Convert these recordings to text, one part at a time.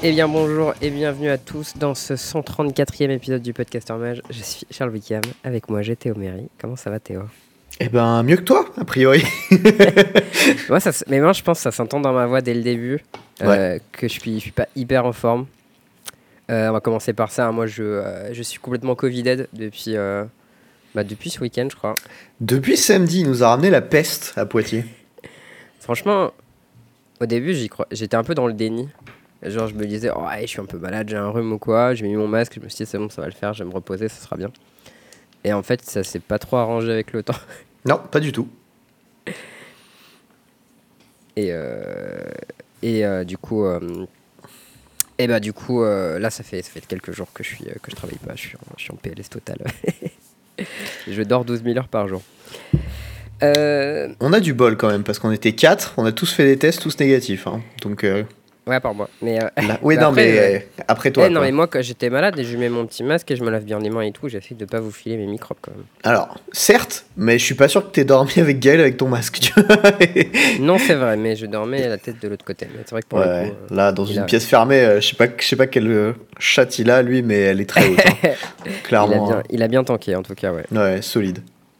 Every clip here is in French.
Eh bien bonjour et bienvenue à tous dans ce 134e épisode du Podcaster Mage. Je suis Charles Wickham, avec moi j'ai Théo Méry. Comment ça va Théo ? Eh ben mieux que toi, a priori. Mais moi je pense que ça s'entend dans ma voix dès le début, Ouais. que je suis pas hyper en forme. On va commencer par ça. Moi je suis complètement Covided depuis ce week-end je crois. Depuis samedi, il nous a ramené la peste à Poitiers. Franchement, au début j'étais un peu dans le déni. Genre je me disais, oh, ouais, je suis un peu malade, j'ai un rhume ou quoi. J'ai mis mon masque, je me suis dit c'est bon, ça va le faire, je vais me reposer, ça sera bien. Et en fait ça s'est pas trop arrangé avec le temps. Non, pas du tout. Du coup, là, ça fait quelques jours que je travaille pas. Je suis en PLS total. Je dors 12 000 heures par jour. On a du bol quand même, parce qu'on était 4, on a tous fait des tests, tous négatifs. Hein. Donc, Ouais, par moi. Mais, oui, mais non, après, après toi. non, Quoi. mais moi, quand j'étais malade et je mets mon petit masque et je me lave bien les mains et tout, j'essaie de pas vous filer mes microbes quand même. Alors, certes, mais je suis pas sûr que t'aies dormi avec Gaël avec ton masque. Tu vois. Non, c'est vrai, mais je dormais la tête de l'autre côté. Mais c'est vrai que pour le coup, là, dans une pièce fermée, je sais pas quelle chatte il a, lui, mais elle est très haute. Hein. Clairement. Il a bien tanké, en tout cas, ouais. Ouais, solide.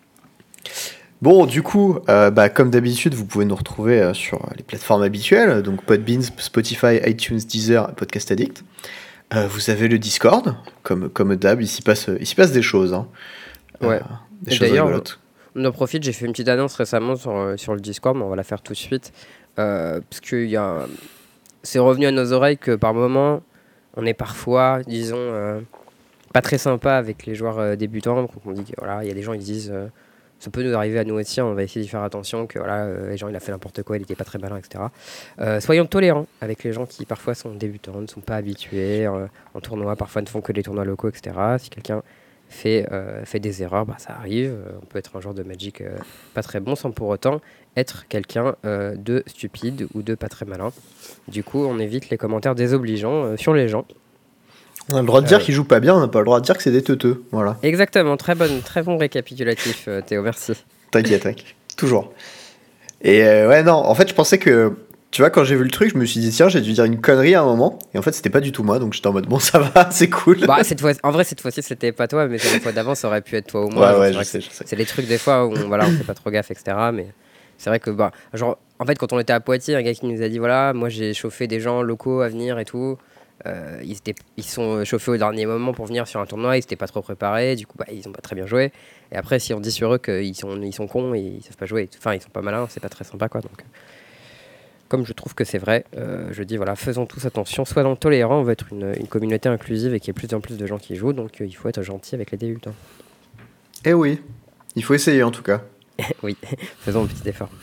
Bon, du coup, comme d'habitude, vous pouvez nous retrouver sur les plateformes habituelles, donc Podbean, Spotify, iTunes, Deezer, Podcast Addict. Vous avez le Discord, comme d'hab, il s'y passe des choses. Hein. Ouais. Des choses rigolotes. On en profite, j'ai fait une petite annonce récemment sur le Discord, mais on va la faire tout de suite. Parce que c'est revenu à nos oreilles que par moment, on est parfois, disons, pas très sympa avec les joueurs débutants. Quand on dit que voilà, il y a des gens qui disent ça peut nous arriver à nous aussi, on va essayer d'y faire attention, que voilà, les gens il a fait n'importe quoi, il était pas très malin, etc. Soyons tolérants avec les gens qui parfois sont débutants, ne sont pas habitués en tournoi, parfois ne font que des tournois locaux, etc. Si quelqu'un fait des erreurs, ça arrive. On peut être un joueur de Magic pas très bon sans pour autant être quelqu'un de stupide ou de pas très malin. Du coup, on évite les commentaires désobligeants sur les gens. On a le droit de dire qu'ils jouent pas bien, on n'a pas le droit de dire que c'est des teuteux. Voilà. Exactement, très bon récapitulatif, Théo, merci. T'inquiète, toujours. Et non, en fait, je pensais que. Tu vois, quand j'ai vu le truc, je me suis dit, tiens, j'ai dû dire une connerie à un moment. Et en fait, c'était pas du tout moi, donc j'étais en mode, bon, ça va, c'est cool. En vrai, cette fois-ci, c'était pas toi, mais la fois d'avant, ça aurait pu être toi ou moi. Ouais, je sais. C'est des trucs, des fois, où on fait pas trop gaffe, etc. Mais c'est vrai que, en fait, quand on était à Poitiers, un gars qui nous a dit, voilà, moi, j'ai chauffé des gens locaux à venir et tout. Ils sont chauffés au dernier moment pour venir sur un tournoi, ils s'étaient pas trop préparés, du coup, ils ont pas très bien joué. Et après, si on dit sur eux qu'ils sont cons et ils savent pas jouer, enfin, ils sont pas malins, c'est pas très sympa, quoi. Donc, comme je trouve que c'est vrai, je dis voilà, faisons tous attention, soyons tolérants, on veut être une communauté inclusive et qu'il y ait de plus en plus de gens qui jouent, donc il faut être gentil avec les débutants. Eh oui, il faut essayer en tout cas. Oui, faisons un petit effort.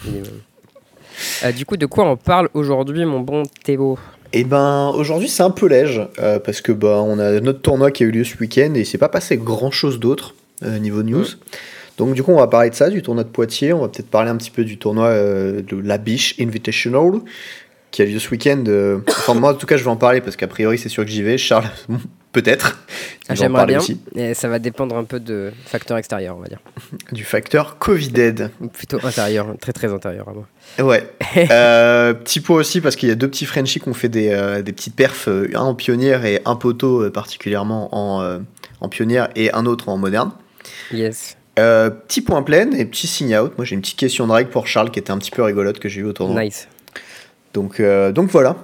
Du coup, de quoi on parle aujourd'hui, mon bon Théo ? Eh ben, aujourd'hui c'est un peu léger, parce que on a notre tournoi qui a eu lieu ce week-end et il s'est pas passé grand chose d'autre niveau news. Donc du coup on va parler de ça, du tournoi de Poitiers, on va peut-être parler un petit peu du tournoi de la Biche Invitational qui a lieu ce week-end. Enfin moi en tout cas je vais en parler parce qu'a priori c'est sûr que j'y vais, Charles peut-être. J'aimerais bien, et ça va dépendre un peu de facteurs extérieurs on va dire. Du facteur Covided. Ou plutôt intérieur, très très intérieur à moi. Ouais. Petit point aussi parce qu'il y a deux petits Frenchies qui ont fait des petites perfs, un en pionnière et un poteau particulièrement en pionnière et un autre en moderne. Yes. Petit point plein et petit sign out. Moi j'ai une petite question de règle pour Charles qui était un petit peu rigolote que j'ai eu au tournoi. Nice. Donc voilà.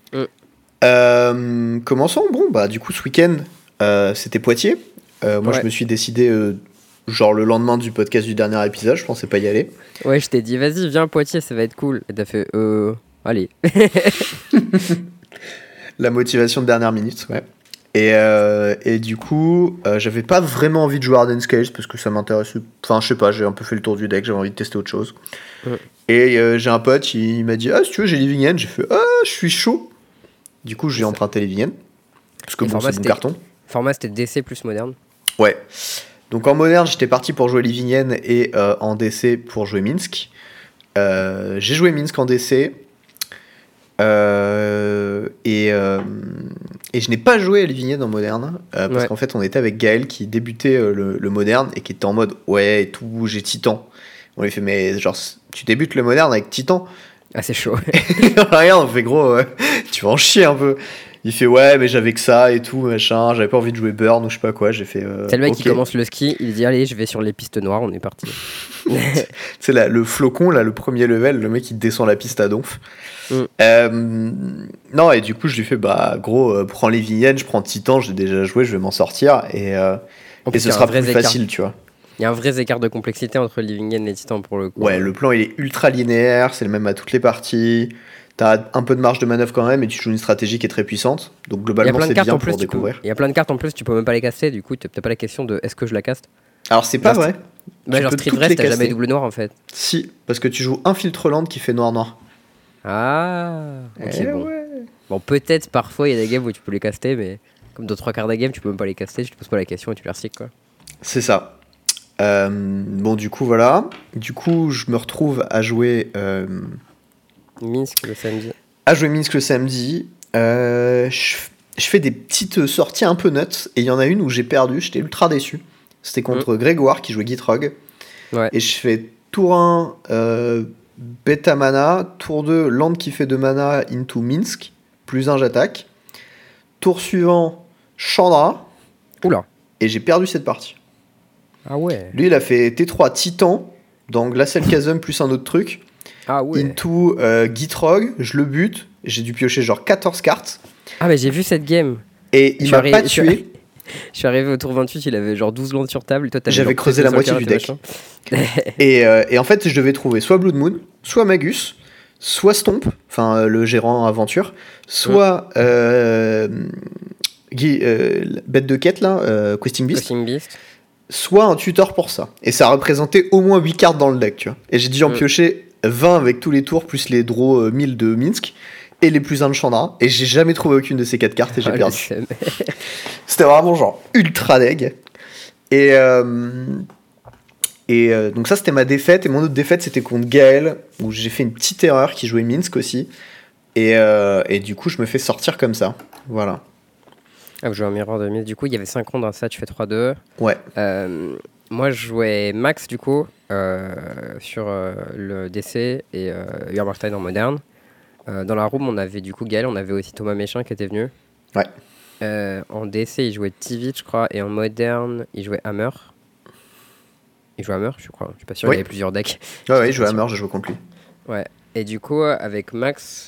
Commençons. Bon du coup ce week-end c'était Poitiers. Moi je me suis décidé genre le lendemain du podcast du dernier épisode, je pensais pas y aller. Ouais, je t'ai dit vas-y viens Poitiers, ça va être cool. Et t'as fait allez. La motivation de dernière minute, ouais. Et du coup, j'avais pas vraiment envie de jouer Hardened Scales parce que ça m'intéresse. Enfin, je sais pas, j'ai un peu fait le tour du deck, j'avais envie de tester autre chose. Et j'ai un pote, il m'a dit si tu veux, j'ai Living End. J'ai fait je suis chaud. Du coup, j'ai emprunté Living End. Parce que c'est mon carton. Format, c'était DC plus moderne. Ouais. Donc en moderne, j'étais parti pour jouer Living End et en DC pour jouer Minsk. J'ai joué Minsk en DC. Et je n'ai pas joué à Living End en moderne parce qu'en fait on était avec Gaël qui débutait le moderne et qui était en mode ouais et tout, j'ai Titan. On lui fait mais genre tu débutes le moderne avec Titan. Ah c'est chaud. Regarde, on fait gros tu vas en chier un peu. Il fait ouais, mais j'avais que ça et tout, machin. J'avais pas envie de jouer Burn ou je sais pas quoi. J'ai fait. C'est le mec ok. qui commence le ski, il dit allez, je vais sur les pistes noires, on est parti. C'est le flocon, là, le premier level, le mec il descend la piste à donf. Mm. Non, et du coup, je lui fais bah, gros, prends les vignettes, je prends Titan, j'ai déjà joué, je vais m'en sortir. Et En plus, ce sera plus facile, tu vois. Il y a un vrai écart de complexité entre Living End et Titan pour le coup. Ouais, le plan il est ultra linéaire, c'est le même à toutes les parties. T'as un peu de marge de manœuvre quand même, et tu joues une stratégie qui est très puissante. Donc Il y a globalement, plein de c'est cartes bien en plus, pour découvrir. il y a plein de cartes en plus, tu peux même pas les caster, du coup, t'as pas la question de est-ce que je la caste. Alors, c'est pas Genre, vrai. Bah, Tu genre peux Street toutes Dress, les t'as jamais caster. double noir en fait. Si, parce que tu joues un filtre land qui fait noir-noir. Ah, ok, Eh bon. ouais. Bon, peut-être parfois il y a des games où tu peux les caster, mais comme dans 3 quarts des games, tu peux même pas les caster, tu te poses pas la question et tu les recycles quoi. C'est ça. Bon, du coup, voilà. Du coup, je me retrouve Minsk le samedi. à jouer Minsk le samedi. Je fais des petites sorties un peu nuts, et il y en a une où j'ai perdu, j'étais ultra déçu. C'était contre Grégoire qui jouait Gitrog. Ouais. Et je fais tour 1, bêta mana, tour 2, land qui fait 2 mana into Minsk, plus 1 j'attaque. Tour suivant, Chandra, Oula. et j'ai perdu cette partie. Ah ouais. Lui, il a fait T3 Titan, dans Glacial Chasm plus un autre truc, Ah ouais. into Gitrog, je le bute, j'ai dû piocher genre 14 cartes, Ah mais j'ai vu cette game. et il Je m'a suis pas arri- tué. Je suis arrivé au tour 28, il avait genre 12 landes sur table, et toi t'avais J'avais genre creusé plus la de moitié sur du carte et deck. machin. Et en fait, je devais trouver soit Blood Moon, soit Magus, soit Stomp, enfin le gérant aventure, soit bête de quête là, Questing Beast, Crossing Beast. soit un tuteur pour ça. Et ça représentait au moins 8 cartes dans le deck, tu vois. Et j'ai dû en piocher 20 avec tous les tours, plus les draws 1000 de Minsk, et les plus 1 de Chandra. Et j'ai jamais trouvé aucune de ces 4 cartes et j'ai Ah, le perdu. seum. C'était vraiment genre ultra deg. Et donc ça c'était ma défaite. Et mon autre défaite c'était contre Gaël, où j'ai fait une petite erreur, qui jouait Minsk aussi. Et du coup je me fais sortir comme ça. Voilà. Ah, vous jouez un Mirror de Minsk. Du coup, il y avait 5 rondes, ça, tu fais 3-2. Ouais. Moi, je jouais Max, du coup, sur le DC et Urbartide en moderne. Dans la room, on avait du coup Gaël, on avait aussi Thomas Méchin qui était venu. Ouais. En DC, il jouait Tivit, je crois, et en moderne, il jouait Hammer. Il jouait Hammer, je crois. Je suis pas sûr, Oui. il y avait plusieurs decks. Ouais, il jouait Hammer, j'ai joué contre lui. Ouais. Et du coup, avec Max,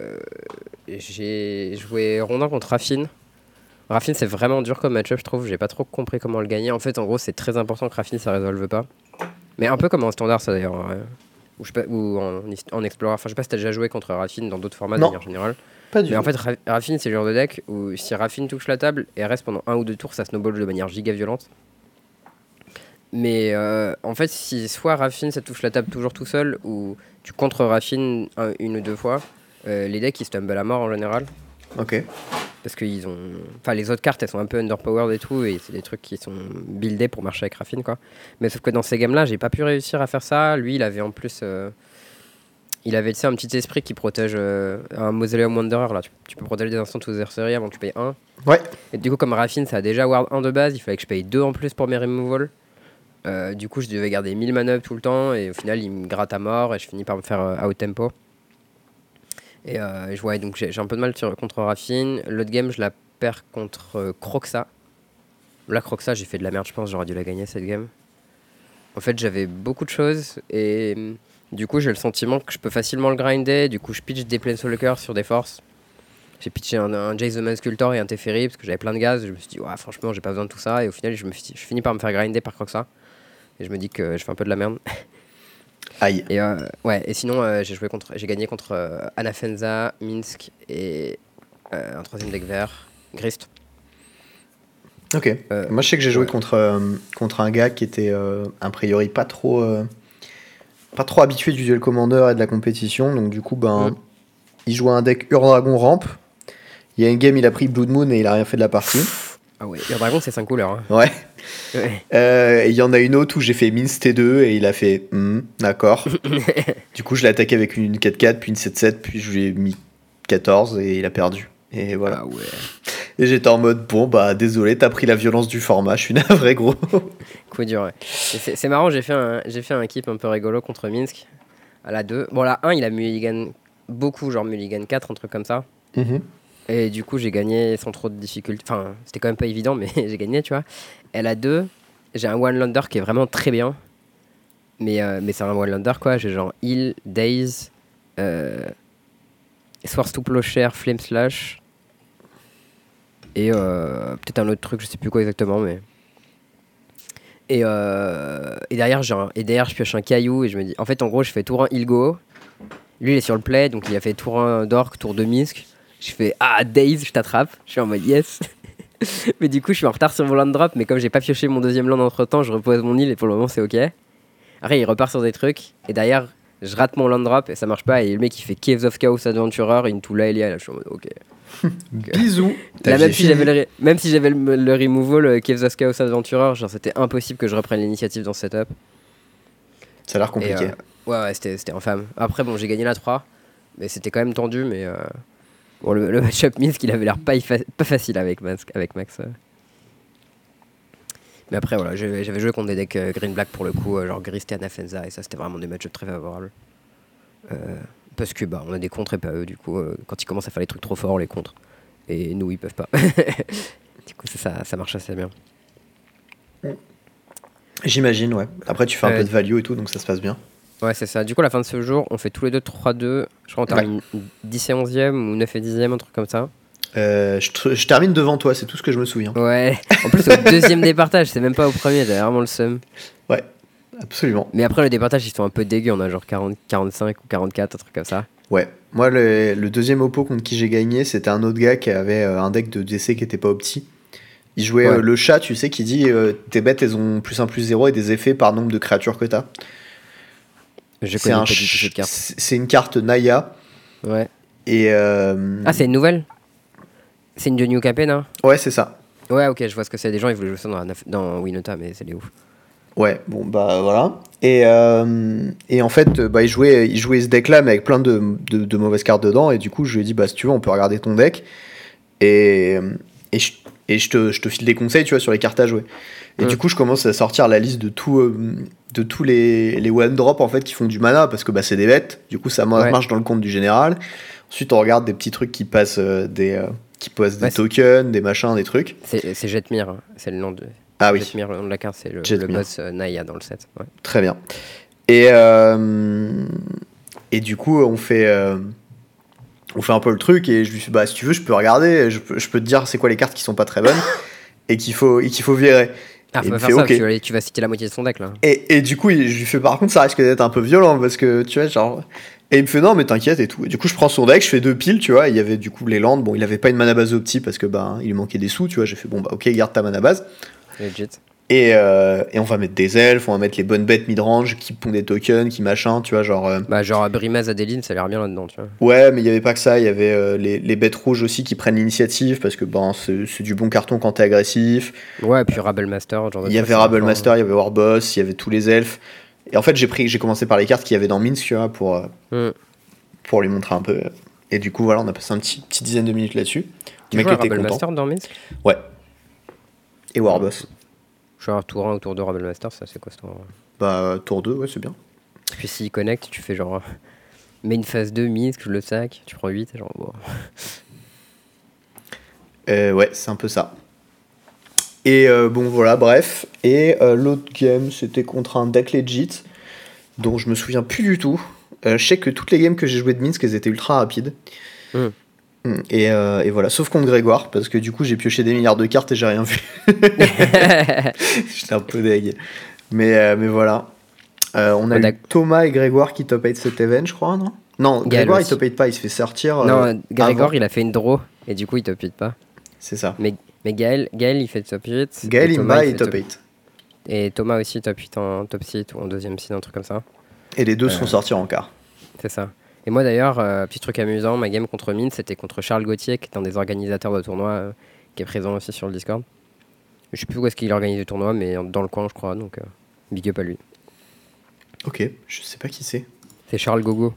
j'ai joué Rondin contre Raffine. Raffine, c'est vraiment dur comme match-up, je trouve. J'ai pas trop compris comment le gagner. En fait, en gros, c'est très important que Raffine, ça résolve pas. Mais un peu comme en standard, ça d'ailleurs. Ou en Explorer. Enfin, je sais pas si t'as déjà joué contre Raffine dans d'autres formats de Non. manière générale. Pas du Mais tout. en fait, Raffine, c'est le genre de deck où si Raffine touche la table et reste pendant 1 ou 2 tours, ça snowball de manière giga violente. Mais en fait, si soit Raffine, ça touche la table toujours tout seul, ou tu contre Raffine 1 ou 2 fois, les decks ils stumble à mort en général. Ok. Parce que ils ont... enfin, les autres cartes elles sont un peu underpowered et tout, et c'est des trucs qui sont buildés pour marcher avec Raffine quoi. Mais sauf que dans ces games là, j'ai pas pu réussir à faire ça. Lui il avait en plus. Il avait un petit esprit qui protège un Mausoleum Wanderer là. Tu peux protéger des instants ou des sorceries avant que tu payes 1. Ouais. Et du coup, comme Raffine ça a déjà ward 1 de base, il fallait que je paye 2 en plus pour mes removals. Du coup, je devais garder 1000 mana up tout le temps, et au final, il me gratte à mort, et je finis par me faire out tempo. Et je vois, donc j'ai un peu de mal contre Raffine. L'autre game, je la perds contre Croxa. Là, Croxa, j'ai fait de la merde, je pense, j'aurais dû la gagner cette game. En fait, j'avais beaucoup de choses, et du coup, j'ai le sentiment que je peux facilement le grinder. Du coup, je pitch des Planeswalkers sur des forces. J'ai pitché un Jace the Man Sculptor et un Teferi parce que j'avais plein de gaz. Je me suis dit, ouais, franchement, j'ai pas besoin de tout ça. Et au final, je finis par me faire grinder par Croxa. Et je me dis que je fais un peu de la merde. Aïe. Et ouais, et sinon j'ai gagné contre Anafenza, Minsk et un troisième deck vert, Grist. Ok. Moi je sais que j'ai joué contre un gars qui était a priori pas trop habitué du duel commander et de la compétition, donc du coup il jouait un deck Ur-Dragon Ramp. Il y a une game, il a pris Blood Moon et il a rien fait de la partie. Ah ouais, Ur-Dragon c'est 5 couleurs. Hein. Ouais. Ouais. Il y en a une autre où j'ai fait Mince T2 et il a fait d'accord. Du coup je l'ai attaqué avec une 4-4 puis une 7-7 puis je lui ai mis 14 et il a perdu. Et voilà. Ah ouais. Et j'étais en mode bon bah désolé, t'as pris la violence du format, je suis navré gros. Coup dur, ouais. C'est marrant, j'ai fait un keep un peu rigolo contre Minsk à la 2. Bon, la 1 il a mulligan beaucoup, genre mulligan 4, un truc comme ça. Et du coup, j'ai gagné sans trop de difficultés. Enfin, c'était quand même pas évident, mais j'ai gagné, tu vois. Elle a deux. J'ai un one-lander qui est vraiment très bien. Mais c'est un one-lander, quoi. J'ai genre Heal, Daze, euh, Swords to Plowshare, Flame Slash. Et peut-être un autre truc, je sais plus quoi exactement, mais. Et derrière, je pioche un caillou et je me dis. En fait, en gros, je fais tour 1 Ilgo. Lui, il est sur le play, donc il a fait tour 1 d'orc, tour 2 Misk. Je fais Daze, je t'attrape. Je suis en mode yes. Mais du coup, je suis en retard sur mon land drop. Mais comme j'ai pas pioché mon deuxième land entre temps, je repose mon île et pour le moment, c'est ok. Après, il repart sur des trucs. Et derrière, je rate mon land drop et ça marche pas. Et le mec, il fait Caves of Chaos Adventurer into Laelia. Là, je suis en mode ok. Bisous. Là, même si j'avais le removal, Caves of Chaos Adventurer, genre c'était impossible que je reprenne l'initiative dans ce setup. Ça a l'air compliqué. Ouais, c'était infâme. Après, bon, j'ai gagné la 3, mais c'était quand même tendu. Mais bon, le match-up Minsk, il avait l'air pas facile avec Max. Mais après, voilà, j'avais joué contre des decks green-black pour le coup, genre Gris, Anafenza, et ça, c'était vraiment des match-ups très favorables. Parce que on a des contres et pas eux, du coup, quand ils commencent à faire les trucs trop forts, les contres. Et nous, ils peuvent pas. Du coup, ça marche assez bien. J'imagine, ouais. Après, tu fais un peu de value et tout, donc ça se passe bien. Ouais, c'est ça. Du coup, à la fin de ce jour, on fait tous les deux 3-2. Je crois qu'on termine 10 et 11e ou 9 et 10e, un truc comme ça. Je termine devant toi, c'est tout ce que je me souviens. Ouais, en plus au deuxième départage, c'est même pas au premier, j'avais vraiment le seum. Ouais, absolument. Mais après, le départage, ils sont un peu dégueux, on a genre 40, 45 ou 44, un truc comme ça. Ouais, moi, le deuxième oppo contre qui j'ai gagné, c'était un autre gars qui avait un deck de DC qui était pas opti. Il jouait le chat, tu sais, qui dit tes bêtes, elles ont +1/+0 et des effets par nombre de créatures que t'as. C'est une carte Naya. Ouais. Et Ah, c'est une nouvelle? C'est une de New Capena? Ouais, c'est ça. Ouais, ok, je vois ce que c'est. Des gens, ils voulaient jouer ça dans Winota, mais c'est des ouf. Ouais, bon, bah voilà. Et en fait, il jouait ce deck-là, mais avec plein de mauvaises cartes dedans. Et du coup, je lui ai dit, si tu veux, on peut regarder ton deck. Et je te file des conseils, tu vois, sur les cartes à jouer. Et du coup, je commence à sortir la liste de tous les one-drop, en fait, qui font du mana, parce que c'est des bêtes. Du coup, ça marche dans le compte du général. Ensuite, on regarde des petits trucs qui passent des tokens, des machins, des trucs. C'est Jetmir, hein. C'est le nom de... Ah oui. Jetmir, le nom de la carte, c'est le boss Naya dans le set. Ouais. Très bien. Et du coup, on fait un peu le truc, et je lui fais, si tu veux, je peux regarder, je peux te dire c'est quoi les cartes qui sont pas très bonnes, et qu'il faut virer. Ah, faut pas faire ça, tu vas citer la moitié de son deck, là. Et du coup, je lui fais, par contre, ça risque d'être un peu violent, parce que, tu vois, genre... Et il me fait, non, mais t'inquiète, et tout. Et du coup, je prends son deck, je fais 2 piles, tu vois, et il y avait du coup les landes, bon, il avait pas une mana base opti, parce que, il lui manquait des sous, tu vois, j'ai fait, ok, garde ta mana base. Legit. Et on va mettre des elfes, on va mettre les bonnes bêtes mid-range qui pondent des tokens, qui machin, tu vois, genre... genre Brimaz Adeline, ça a l'air bien là-dedans, tu vois. Ouais, mais il y avait pas que ça, il y avait les bêtes rouges aussi qui prennent l'initiative, parce que c'est du bon carton quand t'es agressif. Ouais, et puis Rabble Master, genre... Il y avait Rabble Master, il y avait Warboss, il y avait tous les elfes. Et en fait, j'ai commencé par les cartes qu'il y avait dans Minsk, tu vois, pour lui montrer un peu. Et du coup, voilà, on a passé un petit dizaine de minutes là-dessus. Tu joues à Rabble Master dans Minsk? Ouais. Et Warboss. Je suis à tour 1 ou tour 2 Rabble Master, ça c'est quoi ce tour? Tour 2, ouais, c'est bien. Et puis s'il connecte, tu fais genre... Main phase 2, Minsk, je le sac, tu prends 8, genre... Bon. Ouais, c'est un peu ça. Et bon, voilà, bref. Et l'autre game, c'était contre un deck legit, dont je me souviens plus du tout. Je sais que toutes les games que j'ai jouées de Minsk, elles étaient ultra rapides. Et voilà, sauf contre Grégoire, parce que du coup j'ai pioché des milliards de cartes et j'ai rien vu. J'étais un peu deg. Mais voilà. On a eu Thomas et Grégoire qui top 8 cet event, je crois, non? Non, Grégoire il top 8 pas, il se fait sortir. Non, Grégoire il a fait une draw et du coup il top 8 pas. C'est ça. Mais Gaël il fait top 8. Gaël il bat et top 8. Et Thomas aussi top 8 en top seed ou en deuxième seed, un truc comme ça. Et les deux sont sortis en quart. C'est ça. Et moi d'ailleurs, petit truc amusant, ma game contre Mine, c'était contre Charles Gauthier, qui est un des organisateurs de tournoi, qui est présent aussi sur le Discord. Je sais plus où est-ce qu'il organise le tournoi, mais dans le coin je crois, donc big up à lui. Ok, je sais pas qui c'est. C'est Charles Gogo.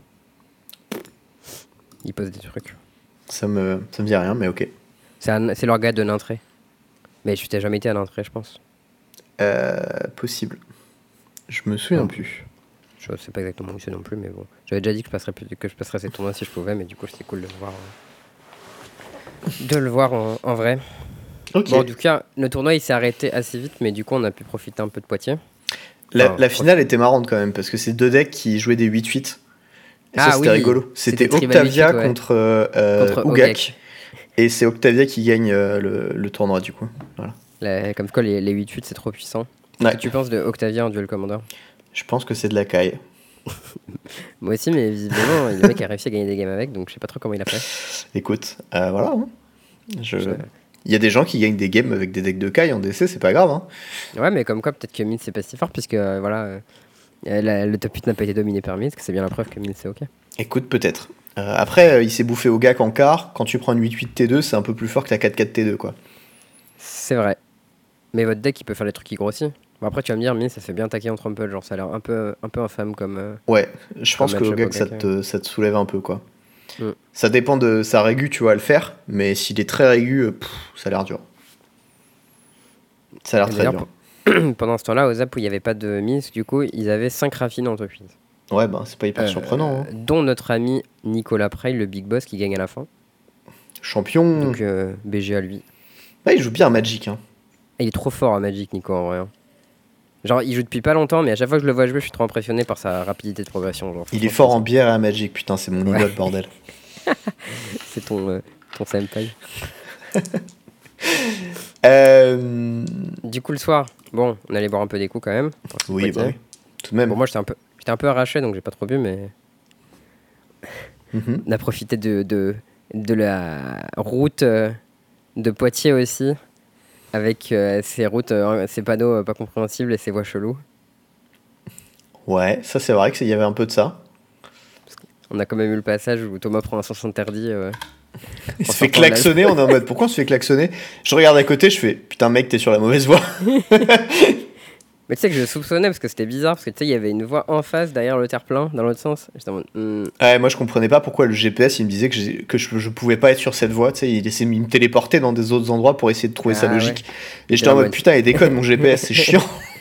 Il pose des trucs. Ça me dit rien, mais ok. C'est leur gars de Nintré. Mais tu t'es jamais été à Nintré, je pense. Possible. Je me souviens plus. Je sais pas exactement où c'est non plus, mais bon. J'avais déjà dit que je passerais ces tournois si je pouvais, mais du coup c'était cool de le voir. de le voir en vrai. Ok. Bon, en tout cas, le tournoi il s'est arrêté assez vite, mais du coup, on a pu profiter un peu de Poitiers. La finale était marrante quand même, parce que c'est deux decks qui jouaient des 8-8. Et ça, Ah c'était oui, rigolo. c'était C'était Tribal Octavia 8-8, ouais. contre Contre Ugak. Ogek. Et c'est Octavia qui gagne le tournoi, du coup. Voilà. Comme quoi, les 8-8, c'est trop puissant. Qu'est-ce Ouais. que tu penses de Octavia en Duel Commander? Je pense que c'est de la caille. Moi aussi, mais visiblement, le mec a réussi à gagner des games avec, donc je sais pas trop comment il a fait. Écoute, voilà. Hein. Je- Il y a des gens qui gagnent des games avec des decks de caille en DC, c'est pas grave. Hein. Ouais, mais comme quoi, peut-être que Mid c'est pas si fort, puisque le top 8 n'a pas été dominé par Mid, que c'est bien la preuve que Mid c'est ok. Écoute, peut-être. Après, il s'est bouffé au Gak en quart. Quand tu prends une 8-8 T2, c'est un peu plus fort que la 4-4 T2, quoi. C'est vrai. Mais votre deck, il peut faire des trucs qui grossissent. Bon, après, tu vas me dire, Mid ça se fait bien taquer en Trample, genre ça a l'air un peu infâme comme. Ouais, je pense que au match-up Gak, au ça Gak, ça te soulève un peu, quoi. Mm. Ça dépend de sa régu, tu vois, à le faire. Mais s'il est très régu, ça a l'air dur. Ça a l'air Et très d'ailleurs, dur. pendant ce temps-là, au Zap où il n'y avait pas de Mid, du coup, ils avaient 5 raffines en top 8. Ouais, bah, c'est pas hyper surprenant. Hein. Dont notre ami Nicolas Prey, le Big Boss qui gagne à la fin. Champion. Donc BG à lui. Ouais, il joue bien à Magic. Hein. Et il est trop fort à Magic, Nico, en vrai. Hein. Genre, il joue depuis pas longtemps, mais à chaque fois que je le vois jouer, je suis trop impressionné par sa rapidité de progression. Genre, Il est fort en bière et à Magic, putain, c'est mon idole, bordel. C'est ton senpai. Du coup, le soir, bon, on allait boire un peu des coups quand même. Oui, bah oui. Tout de même. Bon, moi, j'étais un peu arraché, donc j'ai pas trop bu, mais Mhm. on a profité de la route de Poitiers aussi, avec ses routes, ses panneaux pas compréhensibles et ses voies cheloues. Ouais, ça c'est vrai qu'il y avait un peu de ça. On a quand même eu le passage où Thomas prend un sens interdit. Il se En fait sortant de la- klaxonner, on est en mode pourquoi on se fait klaxonner? Je regarde à côté, je fais putain mec, t'es sur la mauvaise voie. Mais tu sais que je soupçonnais parce que c'était bizarre, parce que tu sais, il y avait une voie en face derrière le terre-plein, dans l'autre sens. J'étais en mode, Ouais, moi je comprenais pas pourquoi le GPS il me disait que je pouvais pas être sur cette voie, tu sais, il me téléportait dans des autres endroits pour essayer de trouver sa Ah, logique. ouais. Et j'étais en mode mode- putain, il déconne mon GPS, c'est chiant.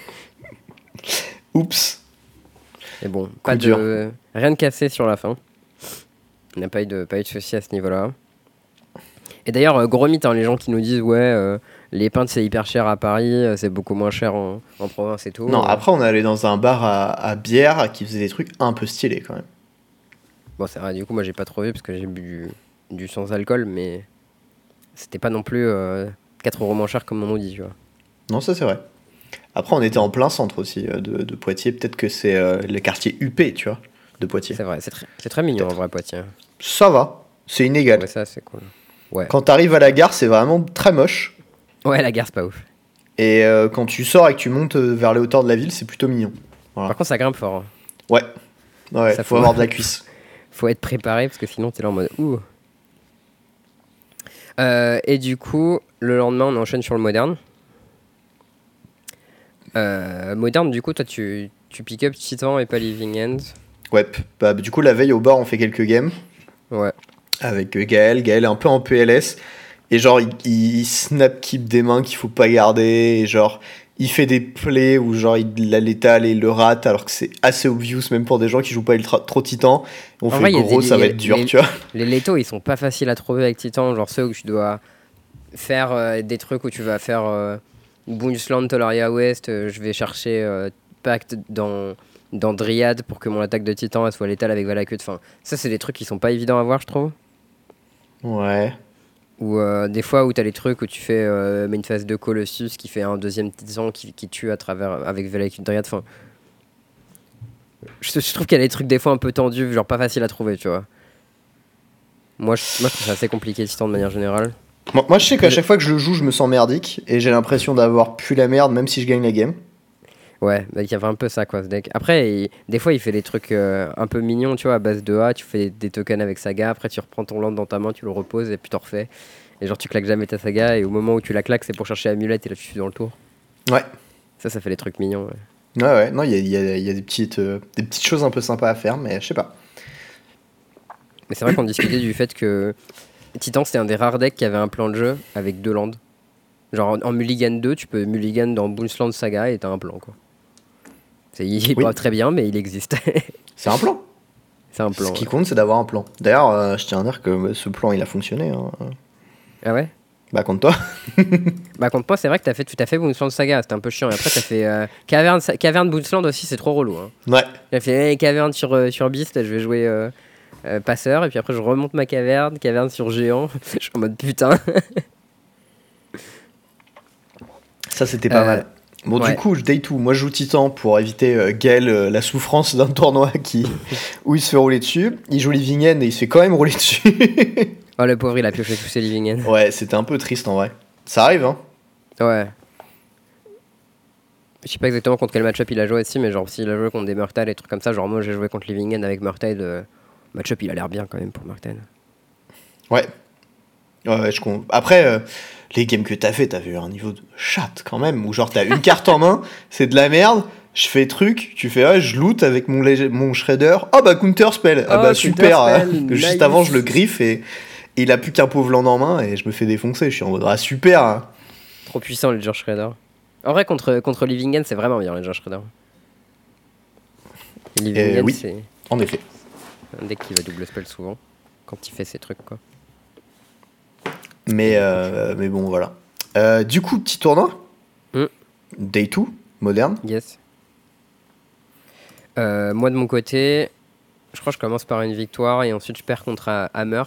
Oups. Mais bon, pas dur. de rien de cassé sur la fin. On n'a pas eu de soucis à ce niveau-là. Et d'ailleurs, gros mythe, hein, les gens qui nous disent ouais, les pintes c'est hyper cher à Paris, c'est beaucoup moins cher en province et tout. Non, après on est allé dans un bar à bière qui faisait des trucs un peu stylés quand même. Bon, c'est vrai, du coup, moi j'ai pas trop vu parce que j'ai bu du sans alcool, mais c'était pas non plus 4 € moins cher comme on nous dit, tu vois. Non, ça c'est vrai. Après on était en plein centre aussi de Poitiers, peut-être que c'est le quartier UP, tu vois, de Poitiers. C'est vrai, c'est très mignon en vrai, Poitiers. Ça va, c'est inégal. Ouais, ça c'est cool. Ouais. Quand t'arrives à la gare, c'est vraiment très moche. Ouais, la gare c'est pas ouf. Et quand tu sors et que tu montes vers les hauteurs de la ville, c'est plutôt mignon. Voilà. Par contre, ça grimpe fort. Hein. Ouais, Ça faut avoir de la cuisse. Faut être préparé parce que sinon t'es là en mode ouh. Et du coup, le lendemain, on enchaîne sur le moderne. Moderne, du coup, toi tu pick up Titan et pas Living End. Ouais, bah, du coup, la veille au bar, on fait quelques games Ouais. avec Gaël. Gaël est un peu en PLS. Et genre, il snap keep des mains qu'il faut pas garder. Et genre, il fait des plays où genre, il la létale et il le rate. Alors que c'est assez obvious, même pour des gens qui jouent pas trop Titan. On En fait vrai, il y a gros, des- ça il y va a être dur, les- tu vois. Les Leto, ils sont pas faciles à trouver avec Titan, genre ceux où tu dois faire des trucs où tu vas faire Boonsland, Tolaria West, je vais chercher Pacte dans Dryad pour que mon attaque de Titan elle soit létale avec Valakut. Enfin, ça, c'est des trucs qui sont pas évidents à voir, je trouve. Ouais. Ou des fois où t'as les trucs où tu fais main phase de Colossus qui fait un deuxième Titan qui tue à travers avec Valakut Dryad. Enfin, je trouve qu'il y a des trucs des fois un peu tendus, genre pas facile à trouver, tu vois. Moi, je trouve ça assez compliqué Titan de manière générale. Moi, je sais qu'à chaque fois que je le joue, je me sens merdique. Et j'ai l'impression d'avoir pu la merde, même si je gagne la game. Ouais, bah, il y avait un peu ça quoi ce deck. Après, des fois il fait des trucs un peu mignons, tu vois, à base de A, tu fais des tokens avec Saga, après tu reprends ton land dans ta main, tu le reposes et puis t'en refais. Et genre tu claques jamais ta Saga et au moment où tu la claques c'est pour chercher Amulette et là tu suis dans le tour. Ouais. Ça fait des trucs mignons. Ouais. Ouais. Non, il y a des petites choses un peu sympas à faire, mais je sais pas. Mais c'est vrai qu'on discutait du fait que Titan c'était un des rares decks qui avait un plan de jeu avec 2 lands. Genre en Mulligan 2, tu peux Mulligan dans Boonsland Saga et t'as un plan quoi. Il est Oui. pas très bien mais il existe. C'est un plan. C'est un plan. Ce qui Ouais. compte, c'est d'avoir un plan. D'ailleurs, je tiens à dire que ce plan, il a fonctionné. Hein. Ah ouais? Bah, contre toi. Bah contre moi, c'est vrai que tu t'as fait Boomsland Saga, c'était un peu chiant. Et après, t'as fait Caverne Boomsland aussi, c'est trop relou. Hein. Ouais. J'ai fait Caverne sur Beast, je vais jouer Passeur, et puis après, je remonte ma Caverne sur Géant. Je suis en mode putain. Ça, c'était pas mal. Bon, ouais. du coup, day 2, moi je joue Titan pour éviter Gaël la souffrance d'un tournoi où il se fait rouler dessus. Il joue Living End et il se fait quand même rouler dessus. Oh, le pauvre, il a pioché tous ses Living End. Ouais, c'était un peu triste en vrai. Ça arrive, hein. Ouais. Je sais pas exactement contre quel match-up il a joué aussi, mais genre s'il a joué contre des Murktide et trucs comme ça, genre moi j'ai joué contre Living End avec Murktide, match-up il a l'air bien quand même pour Murktide. Ouais. Ouais, Après, les games que t'avais eu un niveau de chatte quand même, où genre t'as une carte en main, c'est de la merde, je fais truc, tu fais je loot avec mon shredder, oh bah counter spell, ah bah super, spell, juste nice. avant je le griffe et il a plus qu'un pauvre land en main et je me fais défoncer, je suis en mode super. Hein. Trop puissant le Ledger Shredder. En vrai contre Living End c'est vraiment bien le Ledger Shredder. Living End oui, c'est en effet. un deck qui va double spell souvent quand il fait ses trucs quoi. Mais bon voilà. Du coup petit tournoi. Day 2, moderne. Yes. Moi de mon côté, je crois que je commence par une victoire et ensuite je perds contre Hammer.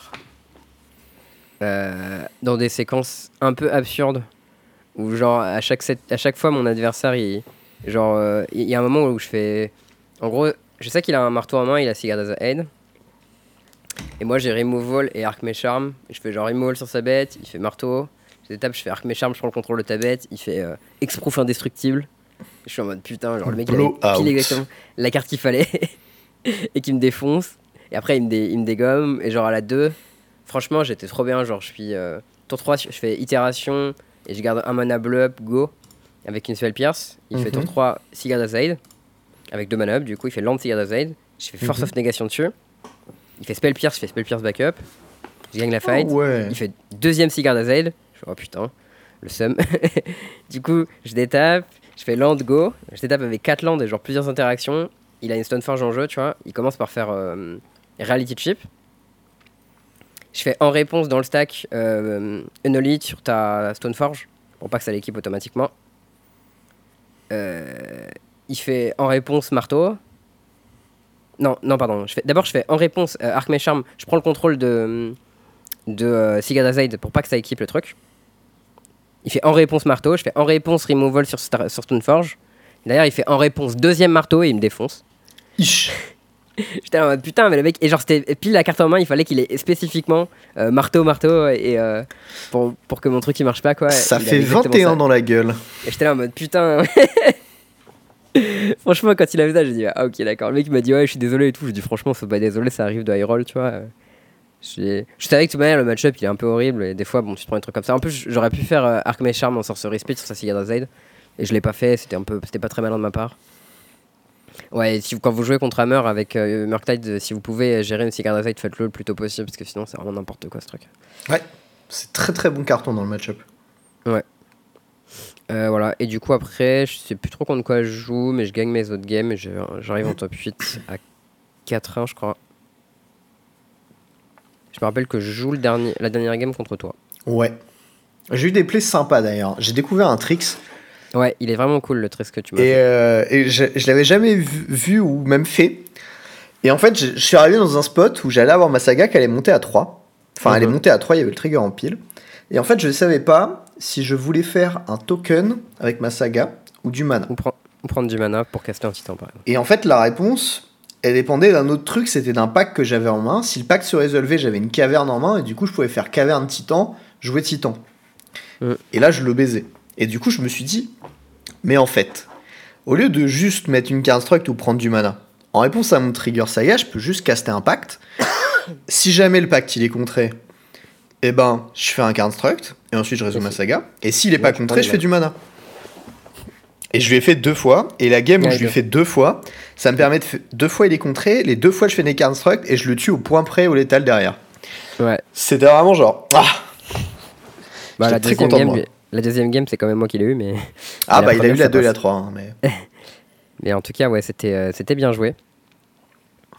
Dans des séquences un peu absurdes où genre à chaque fois mon adversaire il y a un moment où je fais en gros je sais qu'il a un marteau en main, il a Sigurd as a Head et moi j'ai Removal et Arc Charm, je fais genre Removal sur sa bête, il fait marteau, je fais Arc Charm, je prends le contrôle de ta bête, il fait Exproof indestructible, je suis en mode putain genre le mec il avait pile exactement la carte qu'il fallait et qui me défonce et après il me dégomme et genre à la 2 franchement j'étais trop bien, genre je suis tour 3 je fais itération et je garde un mana bleu up go avec une spell pierce. Il fait tour 3 Sigurd Azaid avec 2 mana up, du coup il fait Land Sigurd Azaid. Je fais Force of Negation dessus. Il fait spell pierce, je fais spell pierce backup. Je gagne la fight. Ouais. Il fait deuxième Sigurd Azaid. Je fais oh putain, le seum. Du coup je détape, je fais Land go. Je détape avec 4 lands et genre plusieurs interactions. Il a une Stoneforge en jeu, tu vois. Il commence par faire Reality Chip. Je fais en réponse dans le stack Unholy sur ta Stoneforge pour pas que ça l'équipe automatiquement. Il fait en réponse marteau. Non, pardon. D'abord, je fais en réponse Arc Charm. Je prends le contrôle de Sigurd Azaid pour pas que ça équipe le truc. Il fait en réponse marteau. Je fais en réponse Removal sur Stoneforge. D'ailleurs, il fait en réponse deuxième marteau et il me défonce. J'étais en mode putain mais le mec et genre c'était pile la carte en main, il fallait qu'il ait spécifiquement marteau et pour que mon truc il marche pas quoi. Ça il fait 21 ça. Dans la gueule. Et j'étais là en mode putain. Franchement quand il a fait ça j'ai dit ah ok d'accord, le mec il m'a dit ouais je suis désolé et tout, j'ai dit franchement faut pas désolé, ça arrive de high roll tu vois. Je savais que de toute manière le match-up il est un peu horrible et des fois bon tu te prends des trucs comme ça. En plus j'aurais pu faire Arc Charm en Sorcery Speed sur sa Sigurd Azaid et je l'ai pas fait, c'était pas très malin de ma part. Ouais, quand vous jouez contre Hammer avec Murktide, si vous pouvez gérer une Sigurd Azaid, faites-le le plus tôt possible parce que sinon c'est vraiment n'importe quoi ce truc. Ouais, c'est très très bon carton dans le match-up. Ouais. Voilà, et du coup après, je sais plus trop contre quoi je joue, mais je gagne mes autres games et j'arrive en top 8 à 4-1 je crois. Je me rappelle que je joue la dernière game contre toi. Ouais. J'ai eu des plays sympas d'ailleurs. J'ai découvert un tricks. Ouais, il est vraiment cool le trick que tu m'as fait. Et je l'avais jamais vu ou même fait. Et en fait, je suis arrivé dans un spot où j'allais avoir ma saga qui allait monter à 3. Enfin, elle est montée à 3, il y avait le trigger en pile. Et en fait, je ne savais pas si je voulais faire un token avec ma saga ou du mana. Ou prendre du mana pour caster un titan par exemple. Et en fait, la réponse, elle dépendait d'un autre truc, c'était d'un pack que j'avais en main. Si le pack se résolvait, j'avais une caverne en main et du coup, je pouvais faire caverne titan, jouer titan. Et là, je le baisais. Et du coup, je me suis dit, mais en fait, au lieu de juste mettre une construct ou prendre du mana, en réponse à mon trigger saga, je peux juste caster un pacte. Si jamais le pacte il est contré, eh ben, je fais un construct et ensuite je résous ma saga. Et s'il est pas contré, je fais du mana. Et je lui ai fait 2 fois. Et la game où je lui ai fait 2 fois, ça me permet de faire 2 fois il est contré, les 2 fois je fais des constructs et je le tue au point près au létal derrière. Ouais. C'était vraiment genre. Bah, la deuxième game, c'est quand même moi qui l'ai eu, mais. Ah, bah, il a eu la 2 et la 3. Hein, mais... mais en tout cas, ouais, c'était bien joué.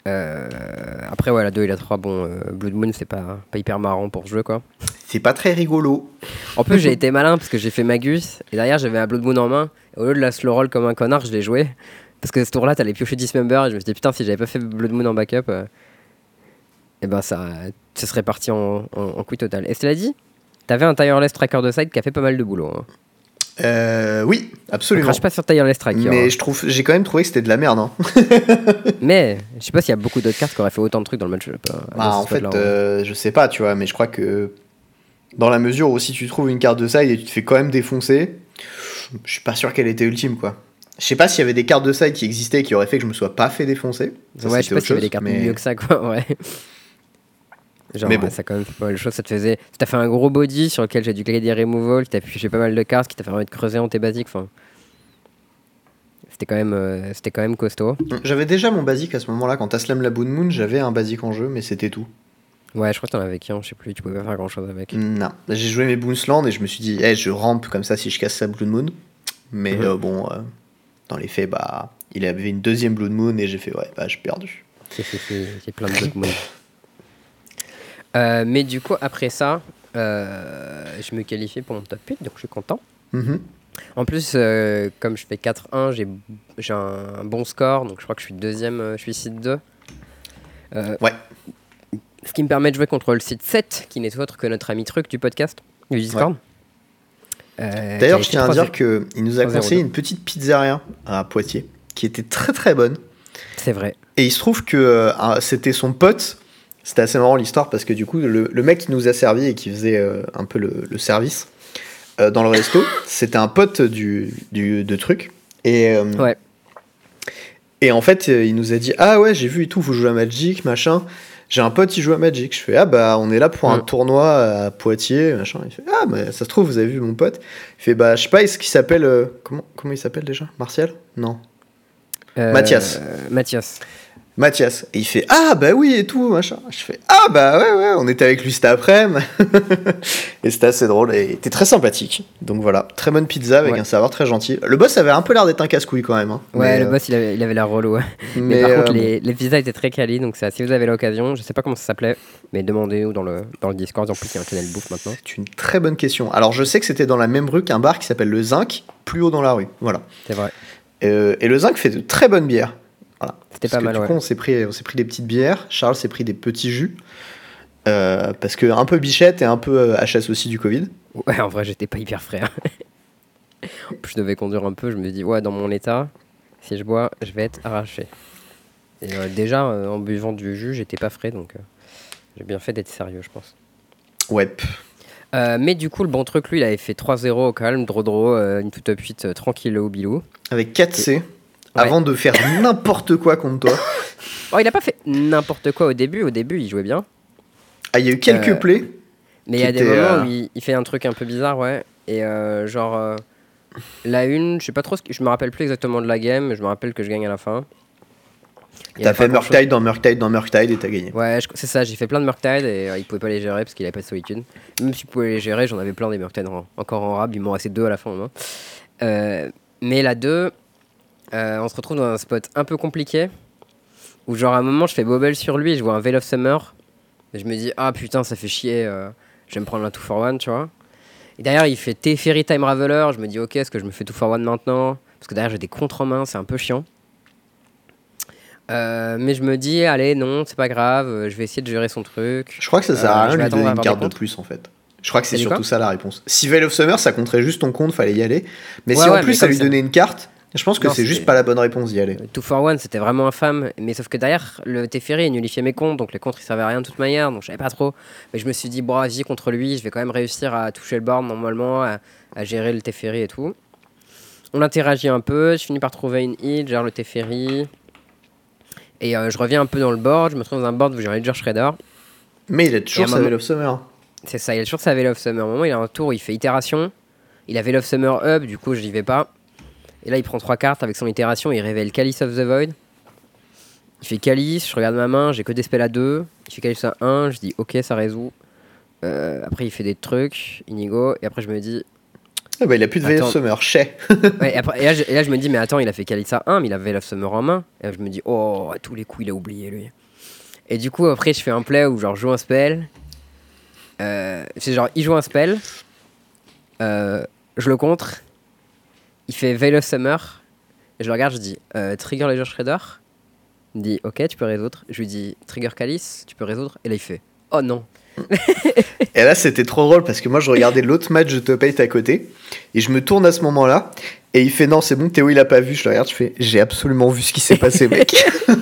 Après, ouais, la 2 et la 3, bon, Blood Moon, c'est pas hyper marrant pour ce jeu, quoi. C'est pas très rigolo. En plus, j'ai été malin parce que j'ai fait Magus, et derrière, j'avais un Blood Moon en main. Et au lieu de la slow roll comme un connard, je l'ai joué. Parce que ce tour-là, t'allais piocher Dismember, et je me suis dit, putain, si j'avais pas fait Blood Moon en backup, et ben ça serait parti en couille total. Et cela dit, t'avais un tireless tracker de side qui a fait pas mal de boulot. Hein. Oui, On absolument. crache pas sur tireless tracker. Mais hein. j'ai quand même trouvé que c'était de la merde. Hein. Mais je sais pas s'il y a beaucoup d'autres cartes qui auraient fait autant de trucs dans le match. En fait, je sais pas, tu vois, mais je crois que dans la mesure où si tu trouves une carte de side et tu te fais quand même défoncer, je suis pas sûr qu'elle était ultime, quoi. Je sais pas s'il y avait des cartes de side qui existaient et qui auraient fait que je me sois pas fait défoncer. Ça, ouais, je sais pas s'il y avait des cartes mieux que ça, quoi. Ouais. Genre, mais bon. ça a quand même fait pas mal de choses. Ça t'a fait un gros body sur lequel j'ai dû claquer des removals, t'as pioché pas mal de cartes, qui t'a fait envie de creuser en tes basiques. Enfin, c'était quand même costaud. J'avais déjà mon basique à ce moment-là. Quand t'as slam la Boon Moon, j'avais un basique en jeu, mais c'était tout. Ouais, je crois que t'en avais qu'un, je sais plus, tu pouvais pas faire grand chose avec. Non, j'ai joué mes Boonsland et je me suis dit, je rampe comme ça si je casse sa Blood Moon. Mais bon, dans les faits, bah, il avait une deuxième Blood Moon et j'ai fait, ouais, bah, j'ai perdu. C'est plein de Blood Moon. Mais du coup, après ça, je me qualifie pour mon top 8, donc je suis content. En plus, comme je fais 4-1, j'ai un bon score, donc je crois que je suis deuxième, je suis seed 2. Ouais. Ce qui me permet de jouer contre le seed 7, qui n'est autre que notre ami Truc du podcast, du Discord. Ouais. D'ailleurs, je tiens à dire qu'il nous a conseillé une petite pizzeria à Poitiers, qui était très très bonne. C'est vrai. Et il se trouve que c'était son pote. C'était assez marrant l'histoire, parce que du coup, le mec qui nous a servi et qui faisait un peu le service dans le resto, c'était un pote de Truc. Et, ouais. Et en fait, il nous a dit, ah ouais, j'ai vu et tout, vous jouez à Magic, machin. J'ai un pote qui joue à Magic. Je fais, ah bah on est là pour un tournoi à Poitiers, machin. Il fait, ah bah ça se trouve, vous avez vu mon pote. Il fait, bah je sais pas, est-ce qu'il s'appelle. Comment il s'appelle déjà? Martial? Non. Mathias. Mathias. Et il fait, ah bah oui et tout, machin. Je fais, ah bah ouais, on était avec lui cet après-midi. Et c'était assez drôle et il était très sympathique. Donc voilà, très bonne pizza avec un serveur très gentil. Le boss avait un peu l'air d'être un casse-couille quand même. Hein. Ouais, le boss il avait l'air relou. Ouais. Mais par contre, les pizzas étaient très quali, donc ça, si vous avez l'occasion, je sais pas comment ça s'appelait, mais demandez-nous dans le Discord. En plus, il y a un channel bouffe maintenant. C'est une très bonne question. Alors je sais que c'était dans la même rue qu'un bar qui s'appelle le Zinc, plus haut dans la rue. Voilà. C'est vrai. Et le Zinc fait de très bonnes bières. Voilà. C'était pas mal. Du coup, on s'est pris des petites bières. Charles s'est pris des petits jus. Parce que un peu bichette et un peu HS aussi du Covid. Ouais, en vrai, j'étais pas hyper frais. Hein. Je devais conduire un peu. Je me dis, ouais, dans mon état, si je bois, je vais être arraché. Et déjà, en buvant du jus, j'étais pas frais, donc j'ai bien fait d'être sérieux, je pense. Ouais. Mais du coup, le bon truc, lui, il avait fait 3-0 au calme, draw, une tout top 8 tranquille au bilou. Avec 4C. Avant de faire n'importe quoi contre toi. Oh, il a pas fait n'importe quoi au début. Au début, il jouait bien. Ah, il y a eu quelques plays. Mais il y a des moments où il fait un truc un peu bizarre, ouais. Et genre, la une, je sais pas trop, je me rappelle plus exactement de la game, mais je me rappelle que je gagne à la fin. T'as fait Murktide dans Murktide et t'as gagné. Ouais, c'est ça, j'ai fait plein de Murktide et il pouvait pas les gérer parce qu'il avait pas de solitude. Même s'il pouvait les gérer, j'en avais plein des Murktide encore en rab, il m'en restait 2 à la fin au moins. Mais la 2, on se retrouve dans un spot un peu compliqué où genre à un moment je fais bobble sur lui et je vois un Veil of Summer et je me dis ah putain ça fait chier, je vais me prendre un 2 for 1 tu vois. Et derrière il fait Teferi Time Raveler, je me dis ok est-ce que je me fais 2 for 1 maintenant parce que derrière j'ai des contres en main, c'est un peu chiant. Mais je me dis allez non c'est pas grave, je vais essayer de gérer son truc. Je crois que ça sert à rien de lui donner une carte de plus en fait. Je crois que c'est surtout ça la réponse. Si Veil of Summer ça compterait juste ton compte, fallait y aller. Mais si en plus ça lui donnait une carte, je pense que c'est juste pas la bonne réponse d'y aller. 2 for 1 c'était vraiment infâme, mais sauf que derrière le Teferi il nullifiait mes comptes, donc les contres ils servaient à rien de toute manière, donc je savais pas trop. Mais je me suis dit bon vas-y contre lui, je vais quand même réussir à toucher le board normalement, à gérer le Teferi et tout. On interagit un peu, je finis par trouver une hit, gère le Teferi. Et je reviens un peu dans le board, je me trouve dans un board où j'ai un Ledger Shredder. Mais il a toujours sa Veil of Summer. C'est ça, il a toujours sa Veil of Summer. Au moment où il a un tour où il fait itération, il a Veil of Summer up, du coup je n'y vais pas. Et là il prend 3 cartes avec son itération, il révèle Calice of the Void. Il fait Calice, je regarde ma main, j'ai que des spells à 2. Il fait Calice à 1, je dis ok ça résout. Après il fait des trucs, Inigo, et après je me dis... Ah bah il a plus de Veil of Summer, chais. Ouais, et là, je me dis, mais attends, il a fait Kalista 1, mais il a Veil of Summer en main. Et là, je me dis, oh, à tous les coups, il a oublié lui. Et du coup, après, je fais un play où genre, je joue un spell. C'est genre, il joue un spell. Je le contre. Il fait Veil of Summer. Et je le regarde, je dis, Trigger Ledger Shredder. Il me dit, ok, tu peux résoudre. Je lui dis, Trigger Calice, tu peux résoudre. Et là, il fait, oh non. Et là, c'était trop drôle parce que moi, je regardais l'autre match de Top 8 à côté et je me tourne à ce moment-là et il fait non, c'est bon, Théo, il a pas vu. Je le regarde, je fais j'ai absolument vu ce qui s'est passé, mec.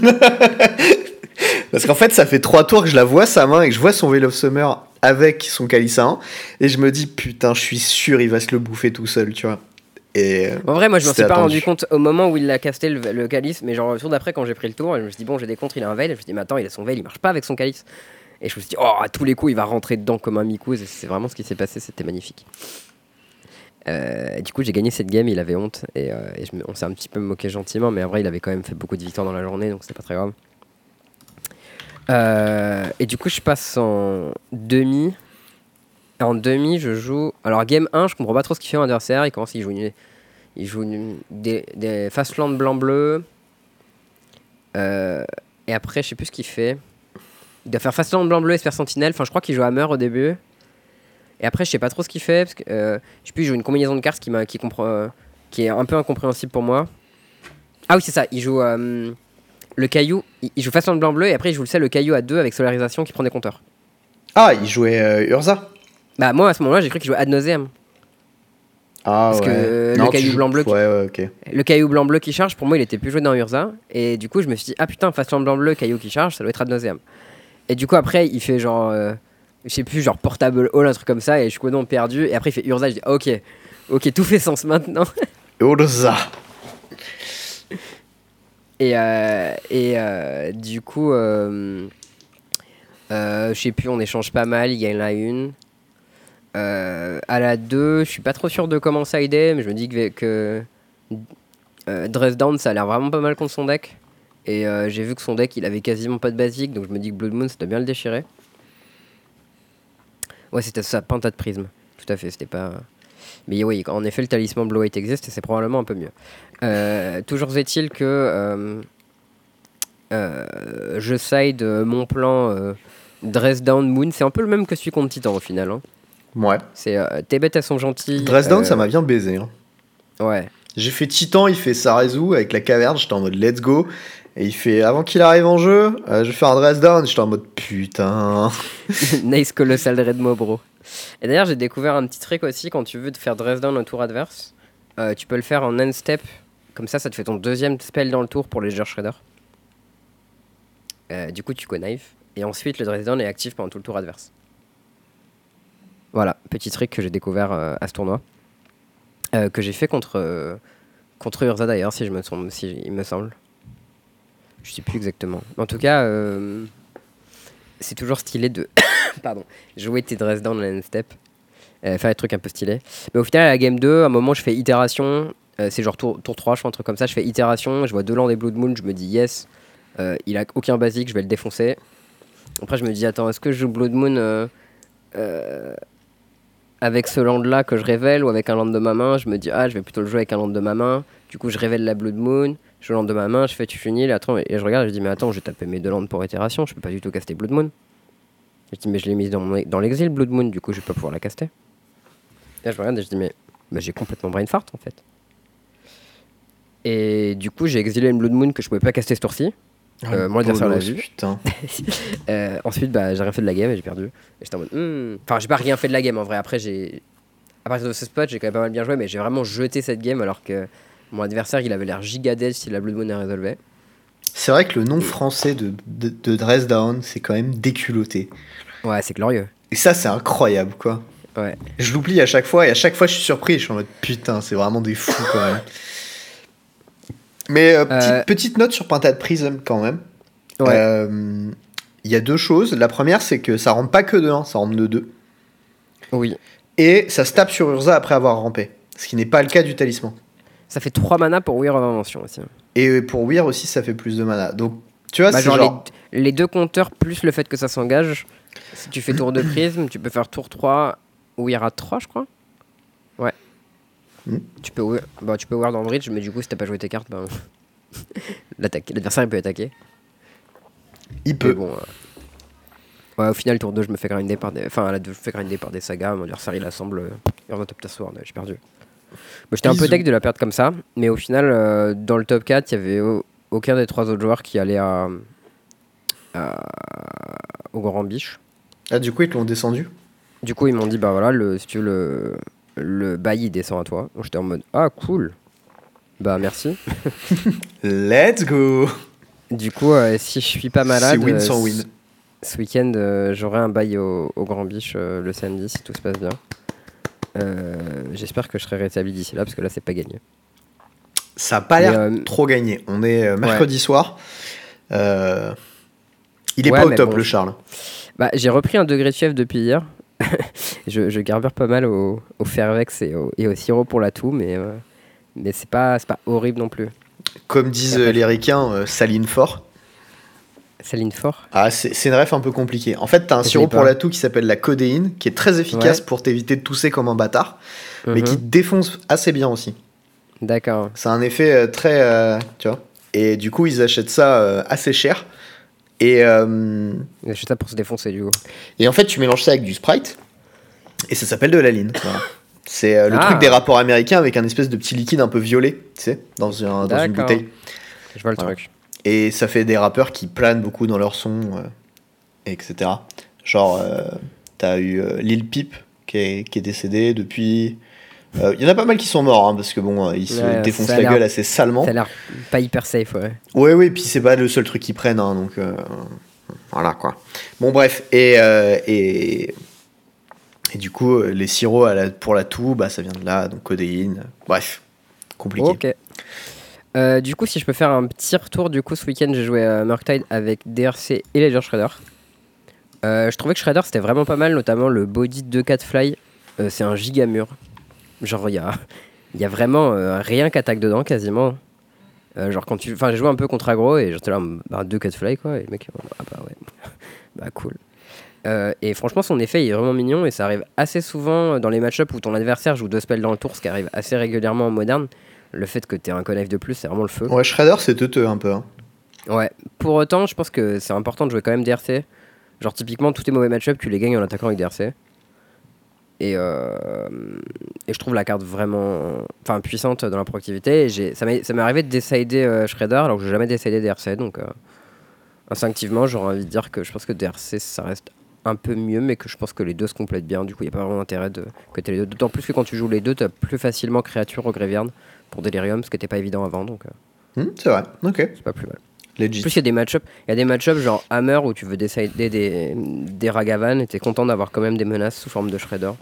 Parce qu'en fait, ça fait 3 tours que je la vois sa main et que je vois son Veil of Summer avec son Kalissa 1 et je me dis putain, je suis sûr, il va se le bouffer tout seul, tu vois. Et en vrai, moi, je m'en suis pas attendu. rendu compte au moment où il a casté le calice, mais genre, le tour d'après, quand j'ai pris le tour, je me suis dit, bon, j'ai des contres, il a un Veil. Je me suis dit, mais attends, il a son Veil, il marche pas avec son calice. Et je me suis dit, oh, à tous les coups, il va rentrer dedans comme un Mikouz. Et c'est vraiment ce qui s'est passé, c'était magnifique. Du coup, j'ai gagné cette game, il avait honte. On s'est un petit peu moqué gentiment, mais en vrai, il avait quand même fait beaucoup de victoires dans la journée, donc c'était pas très grave. Et du coup, je passe en demi. En demi, je joue. Alors, game 1, je comprends pas trop ce qu'il fait en adversaire. Il joue des Fastland blanc-bleu. Et après, je sais plus ce qu'il fait. Il doit faire Fastland blanc-bleu et se faire Sentinelle. Enfin, je crois qu'il joue Hammer au début. Et après, je sais pas trop ce qu'il fait. Parce que, je sais plus, il joue une combinaison de cartes qui est un peu incompréhensible pour moi. Ah oui, c'est ça. Il joue le caillou. Il joue Fastland blanc-bleu et après, il joue le caillou à 2 avec solarisation qui prend des compteurs. Ah, il jouait Urza. Bah, moi, à ce moment-là, j'ai cru qu'il jouait Ad Nauseam. Ah Parce ouais. que Non, le caillou blanc-bleu. Ouais, ok. Le caillou blanc-bleu qui charge, pour moi, il était plus joué dans Urza. Et du coup, je me suis dit, ah putain, Fastland blanc-bleu, caillou qui charge, ça doit être Ad Nauseam. Et du coup, après, il fait genre. Je sais plus, genre Portable Hall, un truc comme ça, et je suis non perdu. Et après, il fait Urza, je dis, ok, tout fait sens maintenant. Urza. Du coup, je sais plus, on échange pas mal, il gagne la 1. À la 2, je suis pas trop sûr de comment ça aider, mais je me dis que Dress Down, ça a l'air vraiment pas mal contre son deck. Et j'ai vu que son deck, il avait quasiment pas de basique, donc je me dis que Blood Moon, ça doit bien le déchirer. Ouais, c'était ça, Penta de Prisme. Tout à fait, c'était pas... Mais oui, en effet, le talisman Blow White existe et c'est probablement un peu mieux. Toujours est-il que je side mon plan Dress Down Moon. C'est un peu le même que celui contre Titan au final. Hein. Ouais. C'est tes bêtes, elles sont gentilles. Dress Down, ça m'a bien baisé. Hein. Ouais. J'ai fait Titan, il fait Sarazu avec la caverne, j'étais en mode let's go. Et il fait avant qu'il arrive en jeu, je vais faire un Dress Down, j'étais en mode putain. Nice Colossal Redmo, bro. Et d'ailleurs, j'ai découvert un petit trick aussi quand tu veux te faire Dress Down au tour adverse. Tu peux le faire en end step. Comme ça te fait ton deuxième spell dans le tour pour les Ledger Shredder. Du coup, tu connive. Et ensuite, le Dress Down est actif pendant tout le tour adverse. Voilà, petit trick que j'ai découvert à ce tournoi. Que j'ai fait contre Urza d'ailleurs, si il me semble. Je sais plus exactement. En tout cas, c'est toujours stylé de pardon, jouer tes Dress Down en end step. Faire des trucs un peu stylés. Mais au final, à la game 2, à un moment, je fais itération. C'est genre tour 3, je fais un truc comme ça. Je fais itération, je vois 2 lands des Blood Moon, je me dis yes, il a aucun basique, je vais le défoncer. Après, je me dis, attends, est-ce que je joue Blood Moon avec ce land là que je révèle ou avec un land de ma main? Je me dis, je vais plutôt le jouer avec un land de ma main. Du coup, je révèle la Blood Moon, je land de ma main, je fais tu finis, et je regarde et je dis, mais attends, je vais taper mes 2 lands pour itération, je peux pas du tout caster Blood Moon. Je dis, mais je l'ai mise dans l'exil, Blood Moon, du coup, je vais pas pouvoir la caster. Et là, je regarde et je dis, mais j'ai complètement brain fart en fait. Et du coup, j'ai exilé une Blood Moon que je pouvais pas caster ce tour-ci. Moi, l'adversaire l'a vu. Putain. Ensuite, j'ai rien fait de la game et j'ai perdu. Et j'étais en mode, Enfin, j'ai pas rien fait de la game en vrai. Après, à partir de ce spot, j'ai quand même pas mal bien joué, mais j'ai vraiment jeté cette game alors que mon adversaire, il avait l'air giga dead si la Blood Moon est résolvée. C'est vrai que le nom français de Dress Down, c'est quand même déculotté. Ouais, c'est glorieux. Et ça, c'est incroyable, quoi. Ouais. Je l'oublie à chaque fois, et à chaque fois, je suis surpris. Je suis en mode putain, c'est vraiment des fous, quand même. Mais petite note sur Penta de Prism, quand même. Ouais. Il y a 2 choses. La première, c'est que ça rentre pas que de 1, ça rentre de 2. Oui. Et ça se tape sur Urza après avoir rampé. Ce qui n'est pas le cas du talisman. Ça fait 3 mana pour Weir of Invention aussi. Et pour Weir aussi, ça fait plus de mana. Donc, tu vois, c'est genre... Les 2 compteurs plus le fait que ça s'engage. Si tu fais tour de prisme, tu peux faire tour 3, Weir à 3, je crois. Ouais. Tu peux Ward en bridge, mais du coup, si t'as pas joué tes cartes, ben, l'adversaire il peut attaquer. Il Mais peut. bon, ouais, au final, tour 2, je me fais grinder par des. Enfin, là, je me fais grinder par des sagas. Mon adversaire il assemble Heroes of Top Sword, j'ai perdu. Bon, j'étais un peu Bisous. deck de la perdre comme ça, mais au final, dans le top 4, il y avait aucun des 3 autres joueurs qui allait au Grand Biche. Ah, du coup, ils te l'ont descendu. Du coup, ils m'ont dit, bah voilà, si tu veux, le bail il descend à toi. Donc j'étais en mode, ah cool, bah merci. Let's go. Du coup, si je suis pas malade, C'est win sans win. ce week-end, j'aurai un bail au Grand Biche le samedi si tout se passe bien. J'espère que je serai rétabli d'ici là parce que là, c'est pas gagné. Ça a pas Mais, l'air trop gagné. On est mercredi soir. Il est Ouais, pas au mais top, bon, le Charles. Bah, j'ai repris un degré de fièvre depuis hier. je carbure pas mal au Fairvex et au sirop pour la toux, mais c'est pas horrible non plus. Comme disent Après, les ricains, saline fort. Saline fort. Ah, c'est une ref un peu compliquée. En fait, t'as un Je sirop l'ai pour pas. la toux qui s'appelle la codéine, qui est très efficace Ouais. pour t'éviter de tousser comme un bâtard, mais qui Mhm. te défonce assez bien aussi. D'accord. C'est un effet très... tu vois. Et du coup, ils achètent ça assez cher. Et Je fais ça pour se défoncer du coup. en fait, tu mélanges ça avec du Sprite, et ça s'appelle de la ligne. Voilà. C'est le Ah. truc des rapports américains avec un espèce de petit liquide un peu violet, tu sais, dans une D'accord. bouteille. Je vois le Voilà. truc. Et ça fait des rappeurs qui planent beaucoup dans leur son, etc. Genre, t'as eu Lil Peep qui est décédé depuis. Il y en a pas mal qui sont morts, hein, parce que bon, ils se Ouais, défoncent ça a la l'air- gueule assez salement. Ça a l'air pas hyper safe, ouais. Ouais, puis c'est pas le seul truc qu'ils prennent, hein, donc voilà quoi. Bon, bref, et du coup, les sirops pour la toux, bah, ça vient de là, donc codéine. Bref, compliqué. Ok. Du coup, si je peux faire un petit retour, du coup, ce week-end, j'ai joué à Murktide avec DRC et Ledger Shredder. Je trouvais que Shredder c'était vraiment pas mal, notamment le body 2-4 fly. C'est un giga mur. Genre, il y a vraiment rien qu'attaque dedans, quasiment. Genre, enfin, j'ai joué un peu contre aggro et j'étais là, bah, 2-4 fly quoi. Et le mec, ah bah ouais, bah cool. Et franchement, son effet il est vraiment mignon et ça arrive assez souvent dans les match-ups où ton adversaire joue 2 spells dans le tour, ce qui arrive assez régulièrement en moderne. Le fait que t'aies un connive de plus, c'est vraiment le feu. Ouais, Shredder, c'est teuteux un peu. Hein. Ouais, pour autant, je pense que c'est important de jouer quand même DRC. Genre, typiquement, tous tes mauvais match-ups, tu les gagnes en attaquant avec DRC. Et je trouve la carte vraiment puissante dans la proactivité. Ça m'est arrivé de décider Shredder alors que j'ai jamais décidé DRC. Donc, instinctivement, j'aurais envie de dire que je pense que DRC ça reste un peu mieux, mais que je pense que les deux se complètent bien. Du coup, il n'y a pas vraiment d'intérêt que t'aies les deux. D'autant plus que quand tu joues les deux, tu as plus facilement créature au Graveyard pour Delirium, ce qui n'était pas évident avant. Donc, C'est vrai, ok. c'est pas plus mal. Legit. En plus, il y a des match-ups genre Hammer où tu veux décider des Ragavan et t'es content d'avoir quand même des menaces sous forme de Shredder.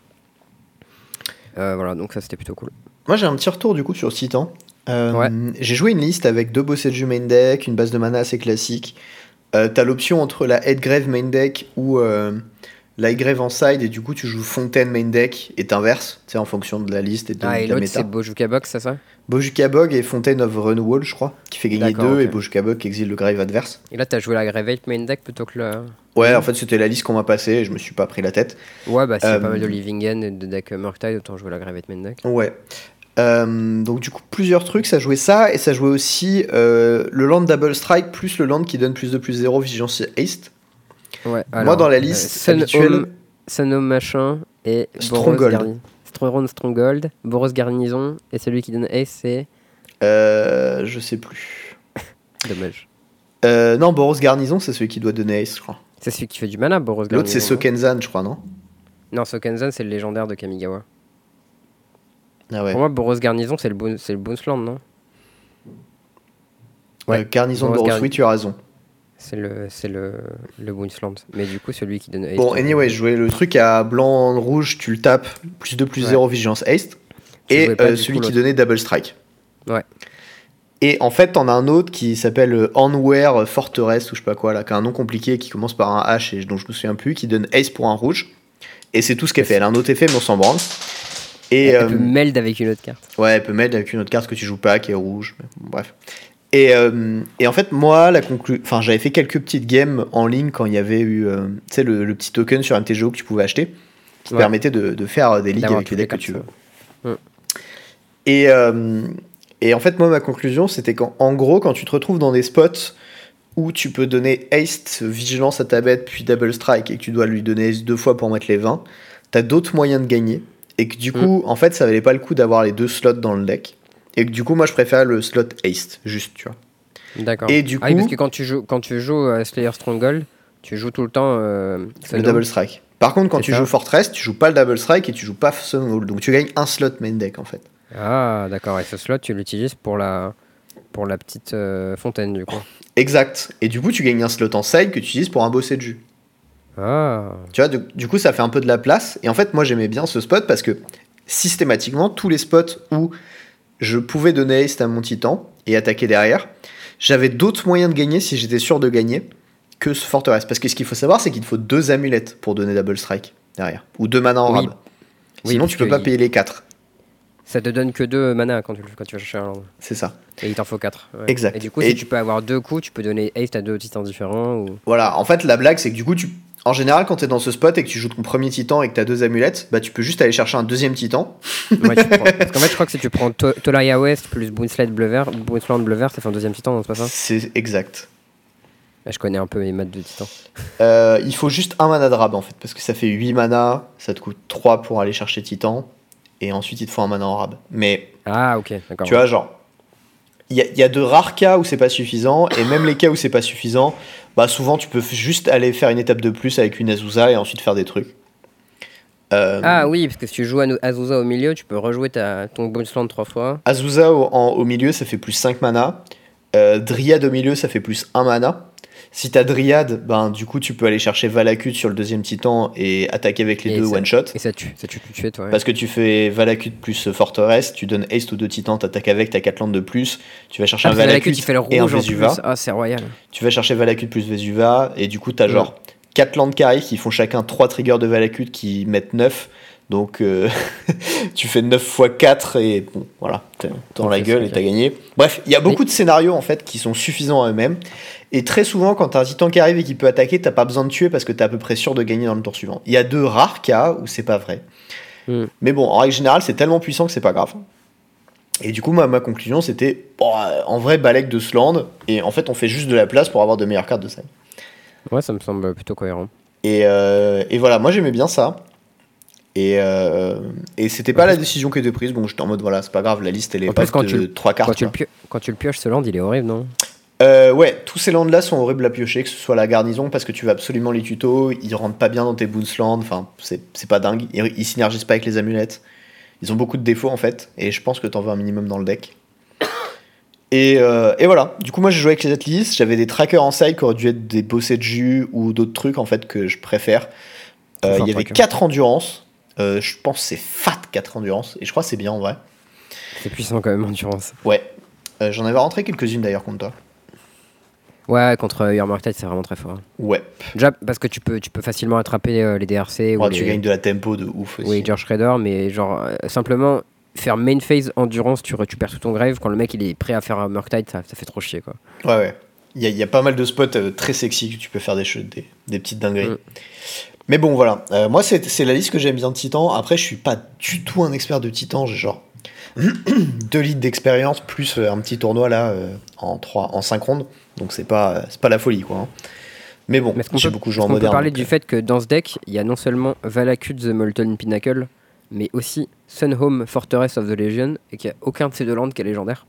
Voilà, donc ça c'était plutôt cool. Moi j'ai un petit retour du coup sur Titan. Ouais. J'ai joué une liste avec 2 Bosseju main deck, une base de mana assez classique. T'as l'option entre la Headgrave main deck ou la Headgrave en side, et du coup tu joues Fontaine main deck et t'inverses, tu sais, en fonction de la liste et de Et la l'autre méta. c'est Bojuka Box, c'est ça? Bojuka Bog et Fontaine of Runewall, je crois, qui fait gagner D'accord, 2, ok. et Bojuka Bog qui exile le grave adverse. Et là t'as joué la Gravate main deck plutôt que le. Ouais, en fait c'était la liste qu'on m'a passée et je me suis pas pris la tête. Ouais, bah s'il y a Euh, pas mal de Living End et de deck Murktide, autant jouer la Gravate main deck. Ouais. Donc du coup plusieurs trucs, ça jouait ça et ça jouait aussi le land Double Strike plus le land qui donne +2/+0 vigilance et haste. Ouais, Moi dans la liste habituelle, Sunhome machin et Stronghold. Stronghold, Boros Garnison et celui qui donne Ace c'est. je sais plus. Dommage. Non, Boros Garnison c'est celui qui doit donner haste, je crois. C'est celui qui fait du mana, Boros Garnison. L'autre c'est Sokenzan, je crois, non? Non, Sokenzan c'est le légendaire de Kamigawa. Ah ouais. Pour moi, Boros Garnison, c'est le Boonsland, non? Ouais, Garnison de Boros Boros, oui, tu as raison. C'est le Boonsland. Mais du coup, celui qui donne Haste. Bon, anyway, je jouais le truc à blanc, rouge, tu le tapes, +2/+0 vigilance haste. Tu Et jouais pas, du celui coup, qui l'autre. donnait Double Strike. Ouais. Et en fait, t'en as un autre qui s'appelle Hornware Fortress ou je sais pas quoi, là, qui a un nom compliqué qui commence par un H et dont je me souviens plus, qui donne Ace pour un rouge. Et c'est tout ce qu'elle fait. Elle a un autre effet, mais on s'en branle. Et Elle peut meld avec une autre carte. ouais, elle peut mettre avec une autre carte que tu joues pas, qui est rouge. Mais bon, bref. Et en fait, moi, j'avais fait quelques petites games en ligne quand il y avait eu tu sais, le petit token sur MTGO que tu pouvais acheter, qui te Ouais. permettait de faire des ligues D'avoir avec les toutes les decks que tu veux. cartes. Et, et en fait, moi, ma conclusion, c'était qu'en gros, quand tu te retrouves dans des spots où tu peux donner haste, vigilance à ta bête, puis double strike, et que tu dois lui donner haste 2 fois pour mettre les 20, t'as d'autres moyens de gagner. Et que du coup, en fait, ça valait pas le coup d'avoir les 2 slots dans le deck. Et que du coup, moi, je préfère le slot haste, juste, tu vois. D'accord. Et du Ah oui, coup, parce que quand tu joues Slayer Stronghold, tu joues tout le temps le Sunhold. double strike. Par contre, quand C'est tu ça. joues Fortress, tu joues pas le double strike et tu joues pas Sunhold. Donc tu gagnes un slot main deck, en fait. Ah, d'accord. Et ce slot, tu l'utilises pour la petite fontaine, du coup. Exact. Et du coup, tu gagnes un slot en side que tu utilises pour un bosset de jus. Ah, Tu vois, du coup, ça fait un peu de la place. Et en fait, moi, j'aimais bien ce spot parce que systématiquement, tous les spots où je pouvais donner haste à mon titan et attaquer derrière, j'avais d'autres moyens de gagner si j'étais sûr de gagner que ce forteresse. Parce que ce qu'il faut savoir, c'est qu'il te faut 2 amulettes pour donner double strike derrière. Ou 2 mana en oui. rab. Oui, Sinon, parce tu peux que pas payer les 4. ça te donne que 2 mana quand tu vas chercher un land. C'est ça. Et il t'en faut 4. Ouais. Exact. Et du coup, Et si tu peux avoir 2 coups, tu peux donner haste à 2 titans différents. Ou... voilà, en fait, la blague, c'est que du coup, en général, quand t'es dans ce spot et que tu joues ton premier titan et que t'as 2 amulettes, bah tu peux juste aller chercher un deuxième titan. Ouais, parce qu'en fait, je crois que si tu prends Tolaria West plus Boonsland Bleuver, ça fait un deuxième titan, non, c'est pas ça? C'est exact. Ouais, je connais un peu les maths de titan. Il faut juste un mana de rab en fait, parce que ça fait 8 mana, ça te coûte 3 pour aller chercher titan, et ensuite il te faut un mana en rab. Mais Ah, ok, d'accord. tu vois, genre, il y a de rares cas où c'est pas suffisant, et même les cas où c'est pas suffisant, bah souvent tu peux juste aller faire une étape de plus avec une Azusa et ensuite faire des trucs. Ah oui, parce que si tu joues Azusa au milieu, tu peux rejouer ton Boonsland 3 fois. Azusa au milieu, ça fait plus 5 mana. Dryad au milieu, ça fait plus 1 mana. Si t'as Dryad, ben, du coup, tu peux aller chercher Valakut sur le deuxième titan et attaquer avec les Et deux ça- one-shot. Et ça tue tout de suite, ouais. Parce que tu fais Valakut plus Forteresse, tu donnes Haste aux 2 titans, t'attaques avec, t'as 4 landes de plus. Tu vas chercher Ah, un parce que Valakut il fait le et un rouge en Vesuva. plus. Ah, c'est royal. Tu vas chercher Valakut plus Vesuva, et du coup, t'as genre 4 landes qui arrivent qui font chacun 3 triggers de Valakut qui mettent 9. Donc tu fais 9 x 4 et bon, voilà, t'es dans la gueule et t'as gagné. Bref, il y a beaucoup de scénarios en fait qui sont suffisants à eux-mêmes. Et très souvent, quand t'as un titan qui arrive et qui peut attaquer, t'as pas besoin de tuer parce que t'es à peu près sûr de gagner dans le tour suivant. Il y a 2 rares cas où c'est pas vrai. Mais bon, en règle générale, c'est tellement puissant que c'est pas grave. Et du coup, ma conclusion c'était, bon, en vrai, Balek de Sland, et en fait, on fait juste de la place pour avoir de meilleures cartes de side. Ouais, ça me semble plutôt cohérent. Et voilà, moi j'aimais bien ça. Et c'était pas la décision qui était prise. Bon, j'étais en mode voilà, c'est pas grave, la liste elle est En pas plus, quand de 3 cartes. quand tu le pioches, ce land, il est horrible, non? Ouais, tous ces lands là sont horribles à piocher, que ce soit la garnison, parce que tu veux absolument les tutos, ils rentrent pas bien dans tes boonslands, enfin, c'est pas dingue, ils synergisent pas avec les amulettes. Ils ont beaucoup de défauts en fait, et je pense que t'en veux un minimum dans le deck. Et voilà, du coup, moi j'ai joué avec les Atlas, j'avais des trackers en side qui auraient dû être des bossets de jus ou d'autres trucs en fait que je préfère. Il y avait 4 endurance. Je pense que c'est fat 4 endurance, et je crois que c'est bien en vrai. C'est puissant quand même, endurance. Ouais. J'en avais rentré quelques-unes d'ailleurs contre toi. Ouais, contre Yormark c'est vraiment très fort. Ouais. Déjà, parce que tu peux facilement attraper les DRC. Ouais, ou tu gagnes de la tempo de ouf aussi. Oui, George Shredder, mais genre, simplement faire main phase endurance, tu récupères tout ton grave. Quand le mec il est prêt à faire un Murktide, ça fait trop chier, quoi. Ouais. Il y a pas mal de spots très sexy que tu peux faire des petites dingueries. Mais bon, voilà. Moi, c'est la liste que j'aime bien de Titan. Après, je suis pas du tout un expert de Titan. J'ai genre 2 litres d'expérience plus un petit tournoi là en 5 rondes. Donc c'est pas la folie, quoi. Hein. Mais bon, j'ai beaucoup joué en moderne. On peut parler du fait que dans ce deck, il y a non seulement Valakut the Molten Pinnacle, mais aussi Sunhome Fortress of the Legion, et qu'il n'y a aucun de ces 2 lands qui est légendaire.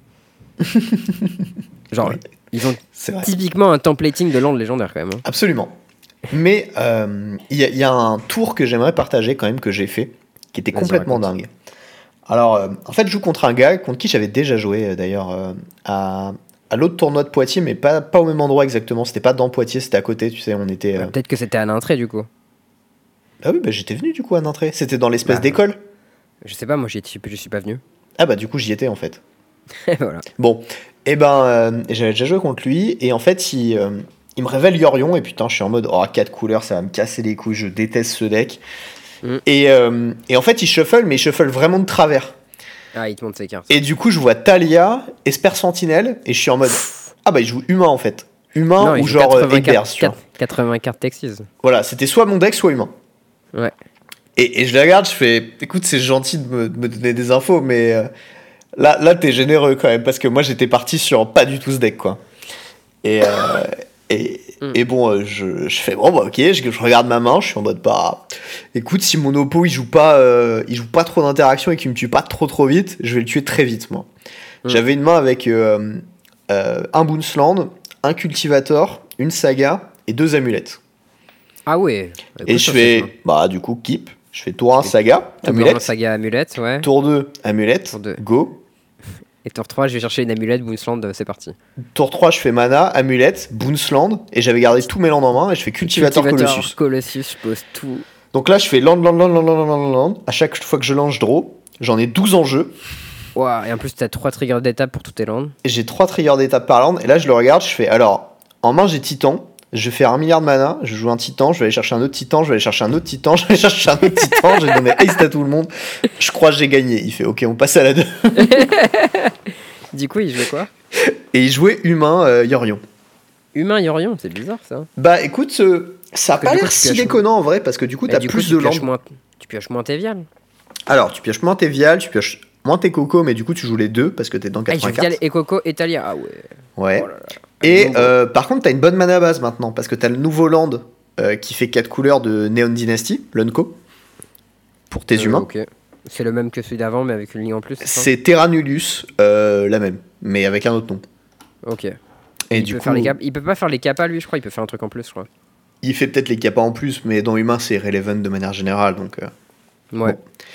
Genre, ils ont typiquement un templating de land légendaire quand même. Hein. Absolument. Mais il y a un tour que j'aimerais partager quand même, que j'ai fait, qui était complètement dingue. Alors, en fait, je joue contre un gars contre qui j'avais déjà joué d'ailleurs à l'autre tournoi de Poitiers, mais pas au même endroit exactement. C'était pas dans Poitiers, c'était à côté, tu sais, on était... Peut-être que c'était à Nintré du coup. Ah oui, bah j'étais venu du coup à Nintré. C'était dans l'espèce d'école. Je sais pas, moi je suis pas venu. Ah bah du coup j'y étais en fait. Voilà. Bon, et j'avais déjà joué contre lui, et en fait il me révèle Yorion, et putain je suis en mode, oh 4 couleurs, ça va me casser les couilles, je déteste ce deck. Et en fait il shuffle, mais il shuffle vraiment de travers. Ah, il te montre ses cartes. Et du coup je vois Talia, Esper Sentinelle, et je suis en mode, ah bah il joue humain en fait. Humain ou genre Eggers, tu vois. 80 cartes Texas. Voilà, c'était soit mon deck, soit humain. Ouais. Et je la regarde, je fais, écoute, c'est gentil de me donner des infos, mais Là, t'es généreux quand même, parce que moi, j'étais parti sur pas du tout ce deck, quoi. Et, et bon, je fais, bon, bah, ok, je regarde ma main, je suis en mode, bah, écoute, si mon oppo, il joue pas trop d'interaction et qu'il me tue pas trop vite, je vais le tuer très vite, moi. J'avais une main avec un Boonsland, un Cultivator, une Saga et 2 amulettes. Ah ouais. Et je fais, bah, du coup, keep. Je fais tour 1, Saga, amulette. Saga, amulette, ouais. Tour 2, amulette, Tour 2. go. Et tour 3, je vais chercher une amulette, Boonsland, c'est parti. Tour 3, je fais mana, amulette, Boonsland, et j'avais gardé tous mes lands en main, et je fais Cultivator Colossus, je pose tout. Donc là, je fais land. À chaque fois que je lance, je draw. J'en ai 12 en jeu. Wow, et en plus, t'as 3 triggers d'étape pour tous tes lands. Et j'ai 3 triggers d'étape par land, et là, je le regarde, je fais, alors, en main, j'ai Titan, je vais faire 1 milliard de mana, je joue un Titan, je vais aller chercher un autre Titan, je vais aller chercher un autre Titan, je vais aller chercher un autre Titan, j'ai donné haste à tout le monde, je crois que j'ai gagné. Il fait, ok, on passe à la 2. Du coup, il jouait quoi? Et il jouait humain Yorion. Humain Yorion, c'est bizarre ça. Bah écoute, ça a pas l'air si déconnant en vrai, parce que du coup, t'as plus de landes. Tu pioches moins tes viales. Alors, tu pioches moins tes viales, tu pioches moins tes cocos, mais du coup, tu joues les deux parce que t'es dans 80 cartes. Vial et coco et Talia, ah ouais. Ouais. Oh là là. Et par contre, t'as une bonne mana base maintenant, parce que t'as le nouveau land qui fait 4 couleurs de Neon Dynasty, l'Unco, pour tes humains. Ok. C'est le même que celui d'avant, mais avec une ligne en plus. C'est Terra Nullius, la même, mais avec un autre nom. Ok. Et du coup, il peut pas faire les capas lui, je crois. Il peut faire un truc en plus, je crois. Il fait peut-être les capas en plus, mais dans humain, c'est relevant de manière générale, donc. Ouais.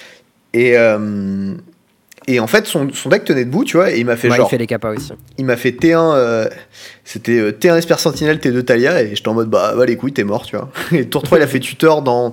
Bon. Et en fait, son deck tenait debout, tu vois, et il m'a fait genre. Il fait les capas aussi. Il m'a fait T1, c'était T1 Esper Sentinelle, T2 Talia, et j'étais en mode bah les couilles, t'es mort, tu vois. Et tour 3, il a fait tuteur dans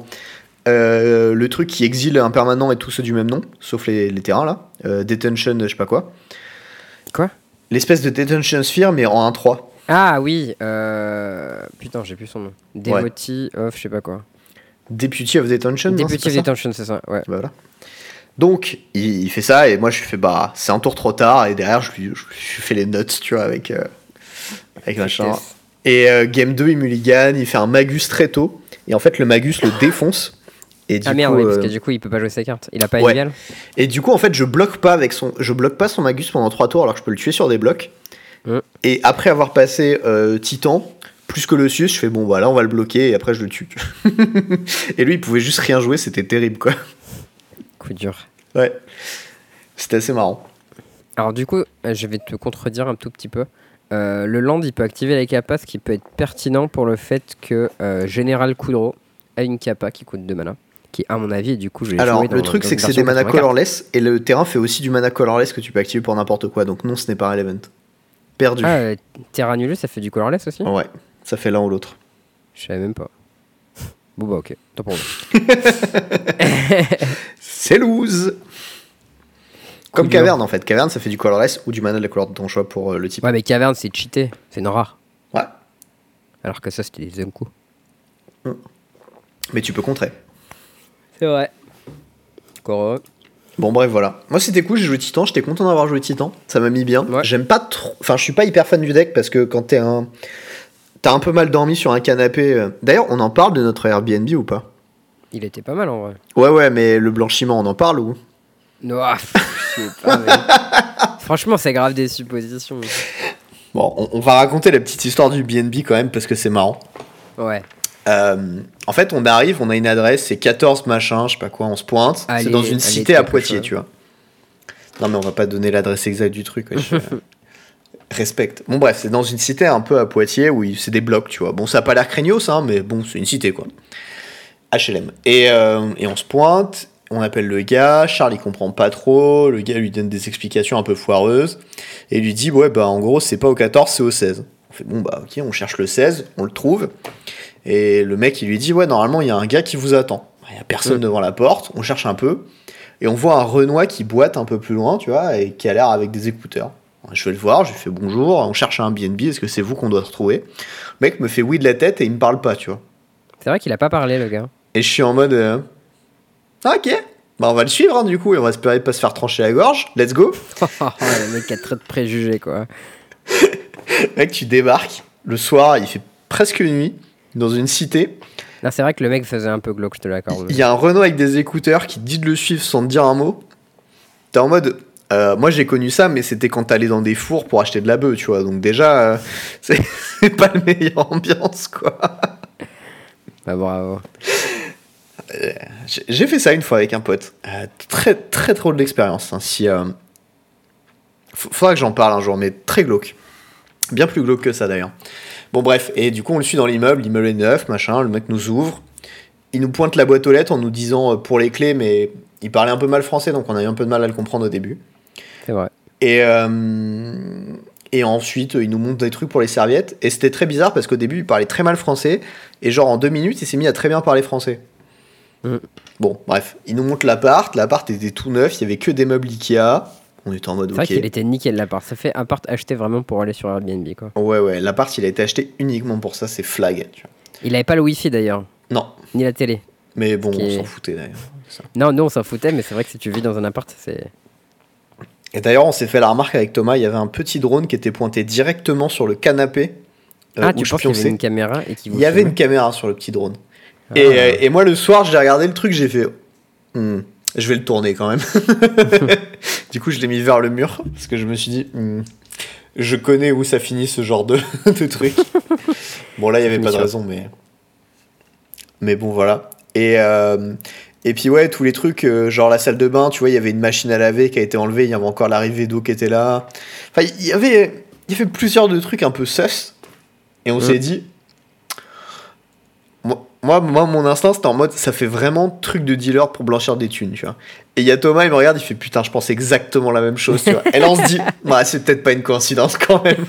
le truc qui exile un permanent et tous ceux du même nom, sauf les terrains là. Detention, je sais pas quoi. Quoi? L'espèce de Detention Sphere, mais en 1-3. Ah oui, putain, j'ai plus son nom. Devotee of, je sais pas quoi. Deputy of Detention. Deputy of Detention, c'est ça, ouais. Voilà. Donc, il fait ça, et moi je lui fais bah, c'est un tour trop tard, et derrière je lui fais les notes, tu vois, avec machin. Et game 2, il mulligan, il fait un Magus très tôt, et en fait le Magus le défonce. Et du merde, coup, oui, parce que du coup il peut pas jouer ses cartes. Il a pas une viale. Et du coup, en fait, je bloque pas son Magus pendant 3 tours, alors que je peux le tuer sur des blocs. Et après avoir passé Titan, plus Colossus, je fais bon, voilà, on va le bloquer, et après je le tue. Et lui, il pouvait juste rien jouer, c'était terrible, quoi. Coup dur. Ouais, c'était assez marrant. Alors du coup, je vais te contredire un tout petit peu. Le land, il peut activer la capa, ce qui peut être pertinent pour le fait que Général Kudro a une capa qui coûte 2 mana, qui à mon avis, et du coup, je vais Alors, jouer dans, le truc, c'est que c'est des mana colorless, et le terrain fait aussi du mana colorless que tu peux activer pour n'importe quoi, donc non, ce n'est pas relevant. Perdu. Ah, Terra Nullus, ça fait du colorless aussi? Ouais, ça fait l'un ou l'autre. Je savais même pas. Bon bah ok, tant pour moi. C'est loose. Comme Caverne en fait. Caverne ça fait du colorless ou du mana de la couleur de ton choix pour le type. Ouais mais Caverne c'est cheaté, c'est non rare. Ouais. Alors que ça c'était des Zenku. Mais tu peux contrer. C'est vrai. Encore. Bon bref voilà. Moi c'était cool, j'ai joué Titan, j'étais content d'avoir joué Titan. Ça m'a mis bien. Ouais. J'aime pas trop. Enfin je suis pas hyper fan du deck parce que quand t'as un peu mal dormi sur un canapé. D'ailleurs on en parle de notre Airbnb ou pas? Il était pas mal en vrai. Ouais mais le blanchiment on en parle ou? Non, je sais pas. Mais... Franchement c'est grave des suppositions. Bon on va raconter la petite histoire du BNB quand même parce que c'est marrant. Ouais. En fait, on arrive, on a une adresse, c'est 14 machin, je sais pas quoi, on se pointe. C'est dans une cité à Poitiers, tu vois. Non, mais on va pas donner l'adresse exacte du truc. Respecte. Bon, bref, c'est dans une cité un peu à Poitiers où c'est des blocs, tu vois. Bon, ça a pas l'air craignos, hein, mais bon, c'est une cité, quoi. HLM. Et on se pointe, on appelle le gars, Charles il comprend pas trop, le gars lui donne des explications un peu foireuses, et il lui dit, ouais, bah en gros, c'est pas au 14, c'est au 16. On fait, bon, bah ok, on cherche le 16, on le trouve. Et le mec, il lui dit, ouais, normalement, il y a un gars qui vous attend. Il n'y a personne devant la porte, on cherche un peu, et on voit un Renoir qui boite un peu plus loin, tu vois, et qui a l'air avec des écouteurs. Je vais le voir, je lui fais bonjour, on cherche un BNB, est-ce que c'est vous qu'on doit retrouver? Le mec me fait oui de la tête et il me parle pas, tu vois. C'est vrai qu'il a pas parlé, le gars. Et je suis en mode, ok, bah on va le suivre, hein, du coup, et on va espérer pas se faire trancher la gorge, let's go. Le mec a trop de préjugés, quoi. Mec, tu débarques, le soir, il fait presque nuit, dans une cité. Là, c'est vrai que le mec faisait un peu glauque, je te l'accorde. Il y a un Renault avec des écouteurs qui dit de le suivre sans te dire un mot. T'es en mode, Moi j'ai connu ça, mais c'était quand t'allais dans des fours pour acheter de la bœuf, tu vois. Donc déjà, c'est pas la meilleure ambiance, quoi. Bah, bravo. J'ai fait ça une fois avec un pote. Très très drôle d'expérience. Hein. Si, faudra que j'en parle un jour, mais très glauque. Bien plus glauque que ça d'ailleurs. Bon bref, et du coup on le suit dans l'immeuble est neuf, machin, le mec nous ouvre. Il nous pointe la boîte aux lettres en nous disant pour les clés, mais il parlait un peu mal français, donc on a eu un peu de mal à le comprendre au début. C'est vrai. Et ensuite, il nous montre des trucs pour les serviettes. Et c'était très bizarre parce qu'au début, il parlait très mal français. Et genre, en 2 minutes, il s'est mis à très bien parler français. Bon, bref. Il nous montre l'appart. L'appart était tout neuf. Il y avait que des meubles Ikea. On était en mode C'est ok. vrai qu'il était nickel l'appart. Ça fait appart acheté vraiment pour aller sur Airbnb, quoi. Ouais. L'appart, il a été acheté uniquement pour ça. C'est flag. Tu vois. Il avait pas le wifi d'ailleurs. Non. Ni la télé. Mais bon, on s'en foutait d'ailleurs. Non, nous on s'en foutait, mais c'est vrai que si tu vis dans un appart, c'est. Et d'ailleurs, on s'est fait la remarque avec Thomas, il y avait un petit drone qui était pointé directement sur le canapé. Tu penses qu'il y avait une caméra et Il y avait une caméra sur le petit drone. Et moi, le soir, j'ai regardé le truc, j'ai fait... je vais le tourner quand même. Du coup, je l'ai mis vers le mur, parce que je me suis dit... je connais où ça finit ce genre de truc. Bon, là, il n'y avait pas de raison, mais bon, voilà. Et puis ouais, tous les trucs, genre la salle de bain, tu vois, il y avait une machine à laver qui a été enlevée, il y avait encore l'arrivée d'eau qui était là. Enfin, il y avait plusieurs de trucs un peu sus. Et on s'est dit... Moi, mon instinct, c'était en mode, ça fait vraiment truc de dealer pour blanchir des thunes, tu vois. Et il y a Thomas, il me regarde, il fait, putain, je pense exactement la même chose, tu vois. Et là, on se dit, c'est peut-être pas une coïncidence quand même.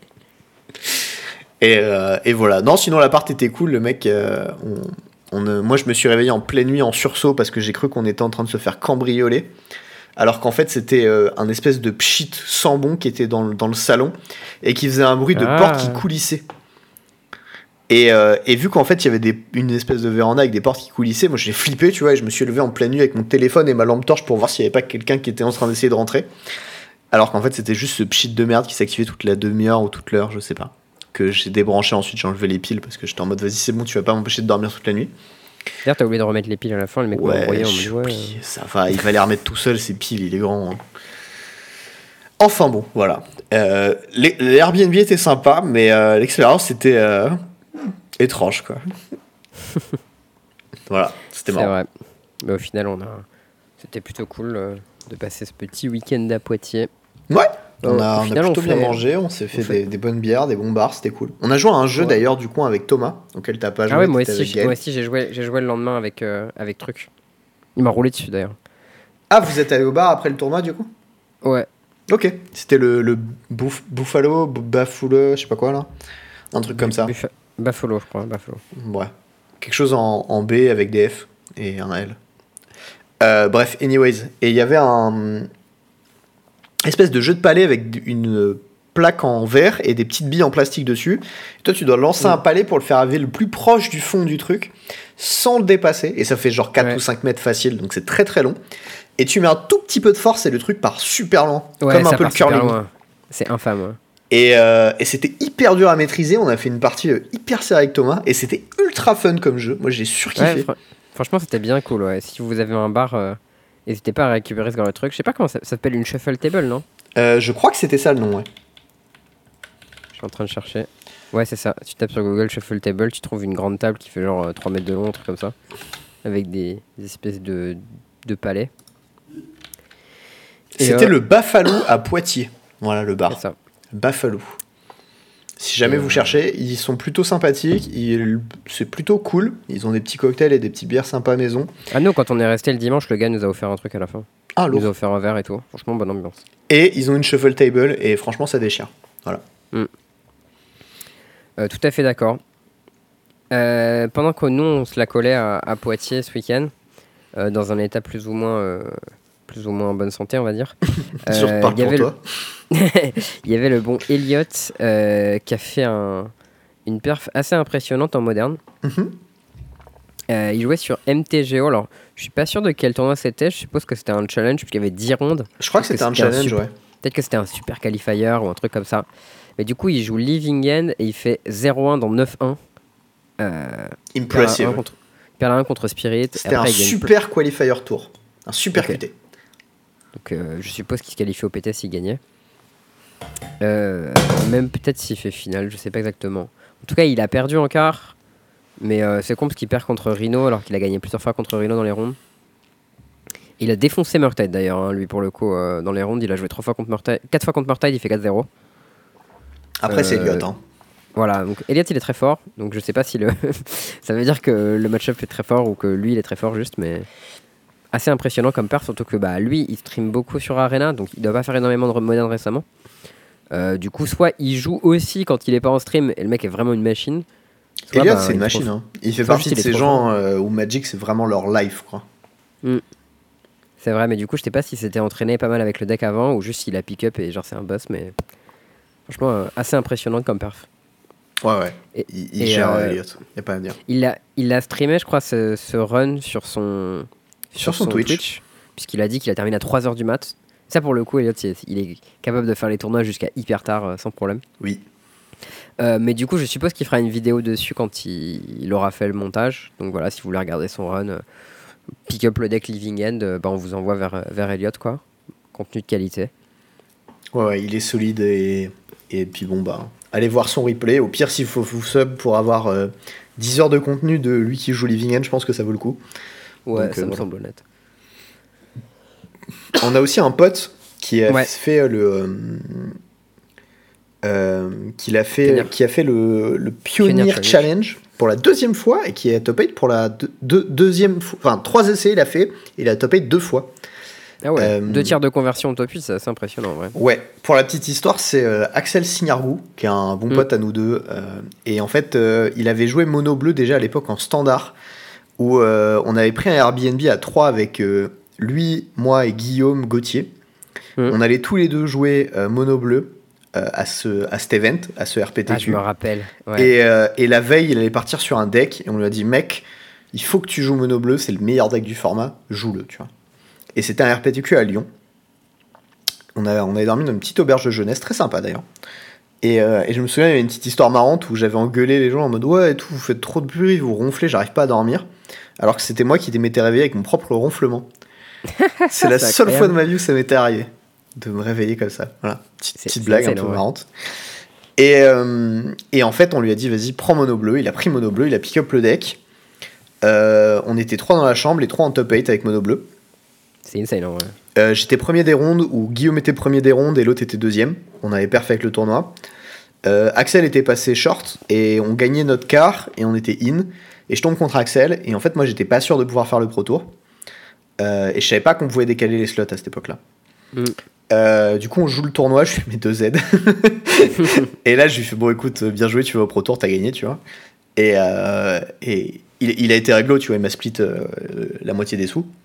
Et voilà. Non, sinon, l'appart était cool, le mec... moi, je me suis réveillé en pleine nuit en sursaut parce que j'ai cru qu'on était en train de se faire cambrioler. Alors qu'en fait, c'était un espèce de pchit sans bon qui était dans le salon et qui faisait un bruit de porte qui coulissait. Et vu qu'en fait, il y avait une espèce de véranda avec des portes qui coulissaient, moi j'ai flippé, tu vois, et je me suis levé en pleine nuit avec mon téléphone et ma lampe torche pour voir s'il n'y avait pas quelqu'un qui était en train d'essayer de rentrer. Alors qu'en fait, c'était juste ce pchit de merde qui s'activait toute la demi-heure ou toute l'heure, je sais pas. Que j'ai débranché ensuite, j'ai enlevé les piles parce que j'étais en mode vas-y c'est bon, tu vas pas m'empêcher de dormir toute la nuit. D'ailleurs t'as oublié de remettre les piles à la fin, le mec m'a envoyé en mode ça va, il va les remettre tout seul ces piles, il est grand. Hein. Enfin bon, voilà. Les Airbnb étaient sympas, mais l'expérience était étrange quoi. Voilà, c'était marrant. C'est vrai. Mais au final c'était plutôt cool de passer ce petit week-end à Poitiers. Ouais. On a plutôt bien mangé, on s'est fait des bonnes bières, des bons bars, c'était cool. On a joué à un jeu d'ailleurs du coup avec Thomas, auquel t'as pas joué. Ah ouais, moi aussi j'ai joué le lendemain avec Truc. Il m'a roulé dessus d'ailleurs. Ah, vous êtes allé au bar après le tournoi du coup ? Ouais. Ok, c'était le Buffalo, je sais pas quoi là. Un truc comme ça. Buffalo, je crois, Buffalo. Ouais. Quelque chose en B avec des F et un L. Bref, anyways. Et il y avait un... espèce de jeu de palais avec une plaque en verre et des petites billes en plastique dessus. Et toi, tu dois lancer un palais pour le faire arriver le plus proche du fond du truc, sans le dépasser. Et ça fait genre 4 ou 5 mètres facile, donc c'est très très long. Et tu mets un tout petit peu de force et le truc part super loin. Comme un peu le curling. C'est infâme. Ouais. Et c'était hyper dur à maîtriser. On a fait une partie hyper sérieuse avec Thomas. Et c'était ultra fun comme jeu. Moi, j'ai surkiffé. Ouais, franchement, c'était bien cool. Ouais. Si vous avez un bar... n'hésitez pas à récupérer ce genre de truc. Je sais pas comment ça s'appelle, une shuffle table, non ? Je crois que c'était ça le nom, ouais. Je suis en train de chercher. Ouais, c'est ça. Tu tapes sur Google shuffle table, tu trouves une grande table qui fait genre 3 mètres de long, un truc comme ça. Avec des espèces de palais. C'était le Buffalo à Poitiers. Voilà le bar. C'est ça. Buffalo. Si jamais vous cherchez, ils sont plutôt sympathiques, c'est plutôt cool. Ils ont des petits cocktails et des petites bières sympas maison. Ah nous, quand on est resté le dimanche, le gars nous a offert un truc à la fin. Ah, lourd. Il nous a offert un verre et tout. Franchement, bonne ambiance. Et ils ont une shuffle table et franchement, ça déchire. Voilà. Tout à fait d'accord. Pendant que nous, on se la collait à Poitiers ce week-end, dans un état plus ou moins en bonne santé, on va dire. Sur parle pour toi. Il y avait le bon Elliot qui a fait une perf assez impressionnante en moderne. Il jouait sur MTGO. Alors, je suis pas sûr de quel tournoi c'était. Je suppose que c'était un challenge puisqu'il y avait 10 rondes. Je crois que c'était un challenge, ouais. Peut-être que c'était un super qualifier ou un truc comme ça. Mais du coup, il joue Living End et il fait 0-1 dans 9-1. Impressive. Il perd la 1 contre Spirit. C'était un super qualifier tour. Un super QT. Donc je suppose qu'il se qualifie au PT s'il gagnait. Même peut-être s'il fait finale, je sais pas exactement. En tout cas, il a perdu en quart. Mais c'est con parce qu'il perd contre Rhino alors qu'il a gagné plusieurs fois contre Rhino dans les rondes. Il a défoncé Murtide d'ailleurs, hein, lui pour le coup, dans les rondes. Il a joué 4 fois contre Murtide, il fait 4-0. Après, c'est Elliott. Hein. Voilà, donc Elliott il est très fort. Donc je sais pas si le ça veut dire que le match-up est très fort ou que lui il est très fort juste, mais assez impressionnant comme perf. Surtout que lui il stream beaucoup sur Arena, donc il doit pas faire énormément de modern récemment. Du coup, soit il joue aussi quand il est pas en stream et le mec est vraiment une machine. Elliott, c'est une machine. Hein. Il fait partie de ces gens où Magic, c'est vraiment leur life, quoi. C'est vrai, mais du coup, je sais pas si c'était entraîné pas mal avec le deck avant ou juste s'il a pick-up et genre c'est un boss, mais franchement, assez impressionnant comme perf. Ouais. Il gère Elliott, y a pas à dire. Il a streamé, je crois, ce run sur son Twitch puisqu'il a dit qu'il a terminé à 3h du mat. Ça, pour le coup, Elliott, il est capable de faire les tournois jusqu'à hyper tard sans problème. Oui. Mais du coup, je suppose qu'il fera une vidéo dessus quand il aura fait le montage. Donc voilà, si vous voulez regarder son run, pick up le deck Living End, on vous envoie vers Elliott, quoi. Contenu de qualité. Ouais, il est solide et puis bon, allez voir son replay. Au pire, s'il faut vous sub pour avoir 10 heures de contenu de lui qui joue Living End, je pense que ça vaut le coup. Ouais, donc, ça me semble honnête. On a aussi un pote qui a fait qui a fait le Pioneer Challenge pour la 2e fois et qui a top 8 pour la 2e fois. Enfin, 3 essais il a fait et il a top 8 2 fois. Ah ouais, 2 tiers de conversion au top 8, c'est assez impressionnant en vrai. Ouais, pour la petite histoire, c'est Axel Signargou, qui est un bon pote à nous deux. Et en fait, il avait joué Mono Bleu déjà à l'époque en standard, où on avait pris un Airbnb à 3 avec lui, moi et Guillaume Gauthier. On allait tous les deux jouer Mono Bleu à cet event, à ce RPTQ. Ah, je me rappelle. Ouais. Et la veille, il allait partir sur un deck, et on lui a dit, mec, il faut que tu joues Mono Bleu, c'est le meilleur deck du format, joue-le, tu vois. Et c'était un RPTQ à Lyon. On avait dormi dans une petite auberge de jeunesse, très sympa d'ailleurs. Et je me souviens, il y avait une petite histoire marrante où j'avais engueulé les gens en mode ouais, et tout, vous faites trop de bruit, vous ronflez, j'arrive pas à dormir. Alors que c'était moi qui m'étais réveillé avec mon propre ronflement. C'est la seule fois de ma vie où ça m'était arrivé. De me réveiller comme ça. Voilà, petite blague un peu marrante. Et en fait, on lui a dit vas-y, prends Mono Bleu. Il a pris Mono Bleu, il a pick up le deck. On était 3 dans la chambre, les 3 en top 8 avec Mono Bleu. C'est insane en vrai. J'étais premier des rondes, où Guillaume était premier des rondes et l'autre était deuxième. On avait perfect le tournoi. Axel était passé short et on gagnait notre quart et on était in. Et je tombe contre Axel et en fait moi j'étais pas sûr de pouvoir faire le pro tour. Et je savais pas qu'on pouvait décaler les slots à cette époque là. Du coup on joue le tournoi, je fais mes 2 Z. Et là je lui fais bon écoute, bien joué, tu vas au pro tour, t'as gagné, tu vois. Et il a été réglo, tu vois, il m'a split la moitié des sous.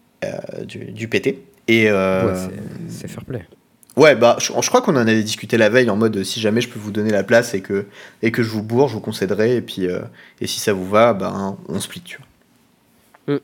Du PT et c'est fair play. Ouais, je crois qu'on en avait discuté la veille en mode si jamais je peux vous donner la place et que je vous bourre, je vous concéderai et puis et si ça vous va, on split, tu vois.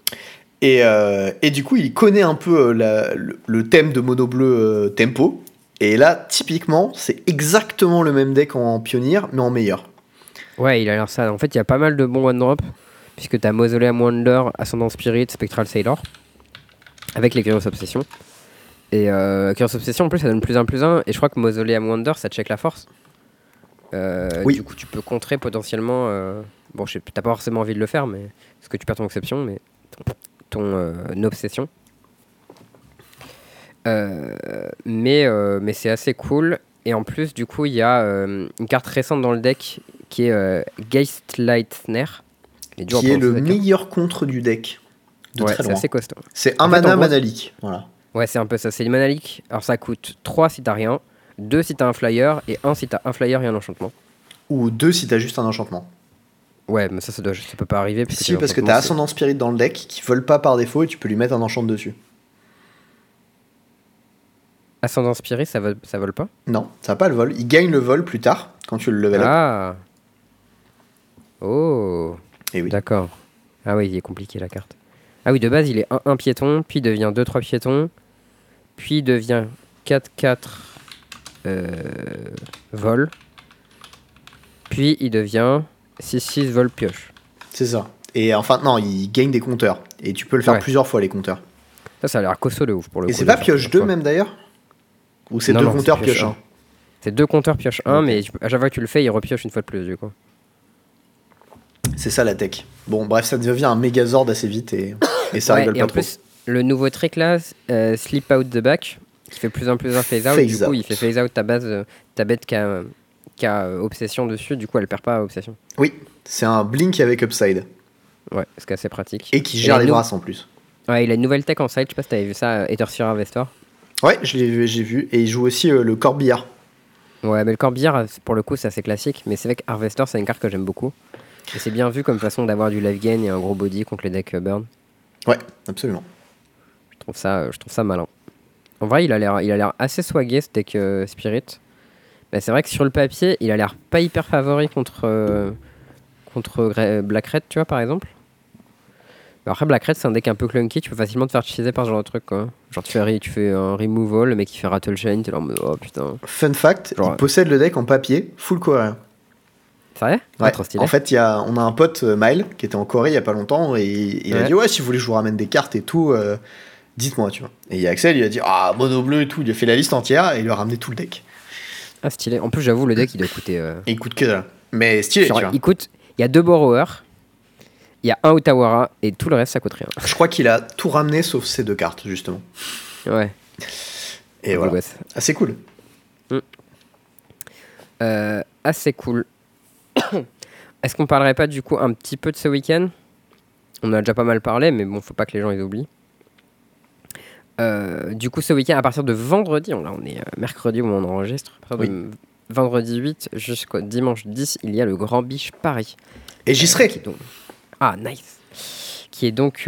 Et du coup, il connaît un peu le thème de Mono Bleu tempo et là, typiquement, c'est exactement le même deck en pionnier mais en meilleur. Ouais, il a l'air ça. En fait, il y a pas mal de bons one drop puisque t'as Mausoleum Wonder, Ascendant Spirit, Spectral Sailor. Avec les Curious Obsession. Et Curious Obsession, en plus, ça donne +1/+1. Et je crois que Mausoleum Wonder, ça check la force. Oui. Du coup, tu peux contrer potentiellement. Bon, t'as pas forcément envie de le faire, mais parce que tu perds ton exception, mais ton obsession. Mais c'est assez cool. Et en plus, du coup, il y a une carte récente dans le deck qui est Geistleitner. Qui est le meilleur contre du deck. C'est assez costaud. C'est un mana leak. Voilà. Ouais, c'est un peu ça. C'est une mana leak. Alors ça coûte 3 si t'as rien, 2 si t'as un flyer, et 1 si t'as un flyer et un enchantement. Ou 2 si t'as juste un enchantement. Ouais, mais ça peut pas arriver. Si, parce que t'as Ascendant Spirit dans le deck qui vole pas par défaut et tu peux lui mettre un enchant dessus. Ascendant Spirit, ça vole pas ? Non, ça va pas le vol. Il gagne le vol plus tard quand tu le level up. Ah. Oh. Et oui. D'accord. Ah oui, il est compliqué la carte. Ah oui, de base, il est 1 piéton, puis devient 2-3 piétons, puis devient 4-4 vol, puis il devient 6-6 vol pioche. C'est ça. Et enfin, non, il gagne des compteurs. Et tu peux le faire plusieurs fois, les compteurs. Ça a l'air costaud de ouf pour le coup. Et c'est pas pioche 2 même d'ailleurs? Ou c'est Non, deux non, compteurs c'est pioche 1? C'est 2 compteurs pioche 1, Ok. mais à chaque fois que tu le fais, il repioche une fois de plus, du coup. C'est ça la tech. Bon, bref, ça devient un Megazord assez vite et ça Ouais, rigole et pas en trop. plus, le nouveau trick là, Sleep Out the Back, qui fait plus en plus un phase out. Du Phase coup, out. il fait phase out ta base, ta bête qui a obsession dessus. Du coup, elle perd pas obsession. Oui, c'est un Blink avec Upside. Ouais, c'est assez pratique. Et qui Et gère il a les une nou- brasses en plus. Ouais, il a une nouvelle tech en side. Je sais pas si t'avais vu ça, Ether Harvester. Ouais, j'ai vu. Et il joue aussi le corbillard. Ouais, mais le Corbière, pour le coup, c'est assez classique. Mais c'est vrai que Harvester, c'est une carte que j'aime beaucoup. Et c'est bien vu comme façon d'avoir du life gain et un gros body contre les decks burn. Ouais, absolument. Je trouve ça malin. En vrai, il a l'air assez swagué ce deck Spirit. Bah, c'est vrai que sur le papier, il a l'air pas hyper favori contre Black Red, tu vois, par exemple. Mais après, Black Red, c'est un deck un peu clunky, tu peux facilement te faire cheeser par ce genre de truc, quoi. Genre, tu fais un removal, le mec il fait Rattle Chain, t'es là en mode oh putain. Fun fact, Genre, il possède le deck en papier, full coréen. c'est vrai? Ah, Ouais. trop stylé. En fait, on a un pote, Mile, qui était en Corée il y a pas longtemps, et il a Ouais. dit ouais, si vous voulez, je vous ramène des cartes et tout, dites-moi, tu vois. Et il y a Axel, il a dit ah, mono bleu et tout, il a fait la liste entière et il lui a ramené tout le deck. Ah, stylé. En plus, j'avoue, le deck il doit coûter. Et il coûte que dalle. Mais stylé, Genre, tu vois. il y a 2 borrowers, il y a un Utawara, et tout le reste ça coûte rien. Je crois qu'il a tout ramené sauf ces deux cartes, justement. Ouais. Et Beau voilà. gosse. Assez cool. Assez cool. Est-ce qu'on parlerait pas du coup un petit peu de ce week-end? On en a déjà pas mal parlé, mais bon, faut pas que les gens ils oublient. Du coup, ce week-end, à partir de vendredi, là on est mercredi où on enregistre, à partir de vendredi 8 jusqu'au dimanche 10, il y a le Grand Biche Paris. Et j'y serai. Qui est donc... Ah, nice! Qui est donc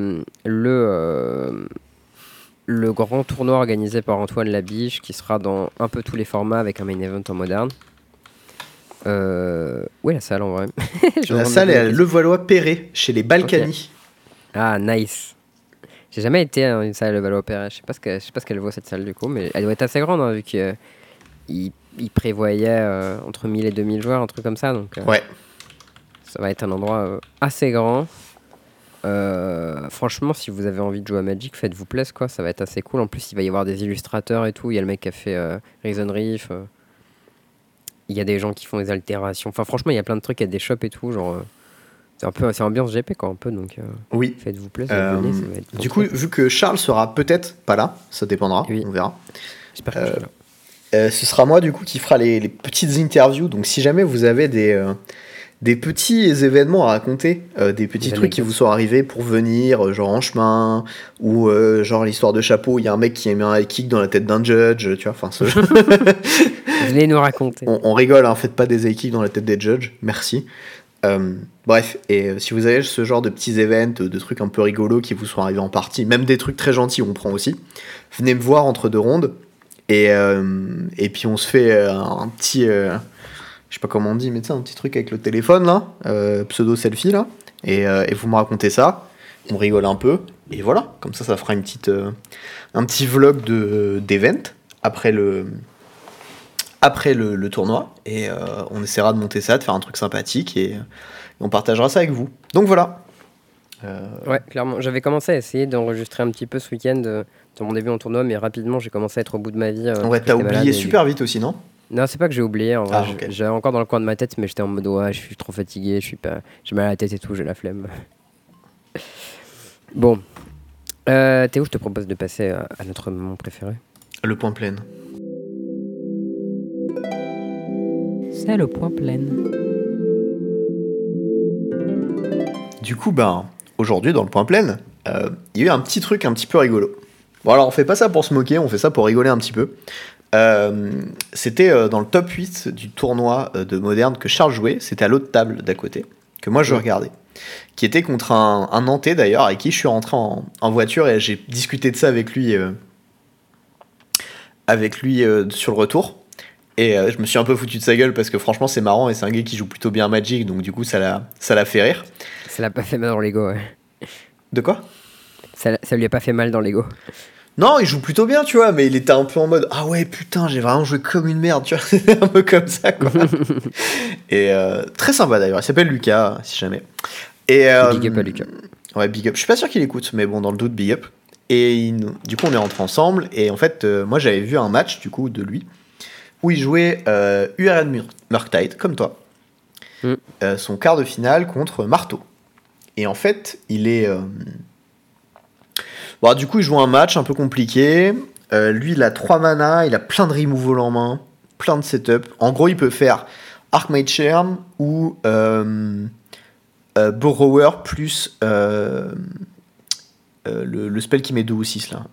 le grand tournoi organisé par Antoine Labiche, qui sera dans un peu tous les formats avec un main event en moderne. Où est la salle en vrai? Je me La demande salle est la à question. Levallois-Perret, chez les Balkany. Ah, nice. J'ai jamais été à une salle de Valois-Perret. Je sais pas ce qu'elle vaut cette salle du coup, mais elle doit être assez grande hein, vu qu'il il prévoyait entre 1000 et 2000 joueurs, un truc comme ça. Donc Ouais. ça va être un endroit assez grand. Franchement, si vous avez envie de jouer à Magic, faites-vous plaisir quoi. Ça va être assez cool. En plus, il va y avoir des illustrateurs et tout. Il y a le mec qui a fait Reason Reef. Il y a des gens qui font des altérations. Enfin, franchement, il y a plein de trucs. Il y a des shops et tout. Genre, c'est ambiance GP quoi, un peu. Donc, Oui. faites-vous plaisir. Venez, ça va être Du coup, vu que Charles sera peut-être pas là, ça dépendra, Oui. on verra. J'espère que je serai là. Ce sera moi du coup qui fera les petites interviews. Donc si jamais vous avez des petits événements à raconter, des petits Des trucs qui anecdotes. vous sont arrivés pour venir, genre en chemin, ou genre l'histoire de chapeau, il y a un mec qui a mis un high kick dans la tête d'un judge, tu vois, enfin Venez nous raconter. on rigole, hein, faites pas des high kicks dans la tête des judges, merci. Bref, et si vous avez ce genre de petits events, de trucs un peu rigolos qui vous sont arrivés en partie, même des trucs très gentils, on prend aussi, venez me voir entre deux rondes. Et puis on se fait un petit, je sais pas comment on dit, mais tu sais, un petit truc avec le téléphone là, pseudo selfie là, et vous me racontez ça, on rigole un peu, et voilà, comme ça fera un petit vlog d'event après le tournoi, et on essaiera de monter ça, de faire un truc sympathique, et on partagera ça avec vous. Donc voilà. Ouais, clairement. J'avais commencé à essayer d'enregistrer un petit peu ce week-end dans mon début en tournoi, mais rapidement j'ai commencé à être au bout de ma vie. Ouais, parce que t'as j'étais malade oublié et super vite aussi, non? Non, c'est pas que j'ai oublié. En vrai, Ah, ok. j'avais encore dans le coin de ma tête, mais j'étais en mode ouais, je suis trop fatigué, j'ai mal à la tête et tout, j'ai la flemme. Bon, Théo, je te propose de passer à notre moment préféré. Le point plein. C'est le point plein. Du coup, aujourd'hui, dans le point plein, il y a eu un petit truc un petit peu rigolo. Bon, alors, on fait pas ça pour se moquer, on fait ça pour rigoler un petit peu. C'était dans le top 8 du tournoi de Moderne que Charles jouait. C'était à l'autre table d'à côté, que moi je regardais. Qui était contre un Nantais d'ailleurs, avec qui je suis rentré en voiture et j'ai discuté de ça avec lui sur le retour. Et je me suis un peu foutu de sa gueule parce que franchement c'est marrant et c'est un gars qui joue plutôt bien à Magic, donc du coup ça l'a fait rire. Ça l'a pas fait mal dans l'ego, ouais. De quoi ? Ça lui a pas fait mal dans l'ego. Non, il joue plutôt bien, tu vois, mais il était un peu en mode ah ouais, putain, j'ai vraiment joué comme une merde, tu vois, c'était un peu comme ça, quoi. Et très sympa d'ailleurs, il s'appelle Lucas, si jamais. Et, Big up à Lucas. Ouais, big up. Je suis pas sûr qu'il écoute, mais bon, dans le doute, big up. Du coup, on est rentrés ensemble. Et en fait, moi, j'avais vu un match du coup de lui où il jouait URN Murktide, comme toi. Son quart de finale contre Marteau. Et en fait, il est. Bon, du coup, il joue un match un peu compliqué. Lui, il a 3 mana, il a plein de removal en main, plein de setup. En gros, il peut faire Archmage Charm ou Borrower plus le spell qui met 2 ou 6 là.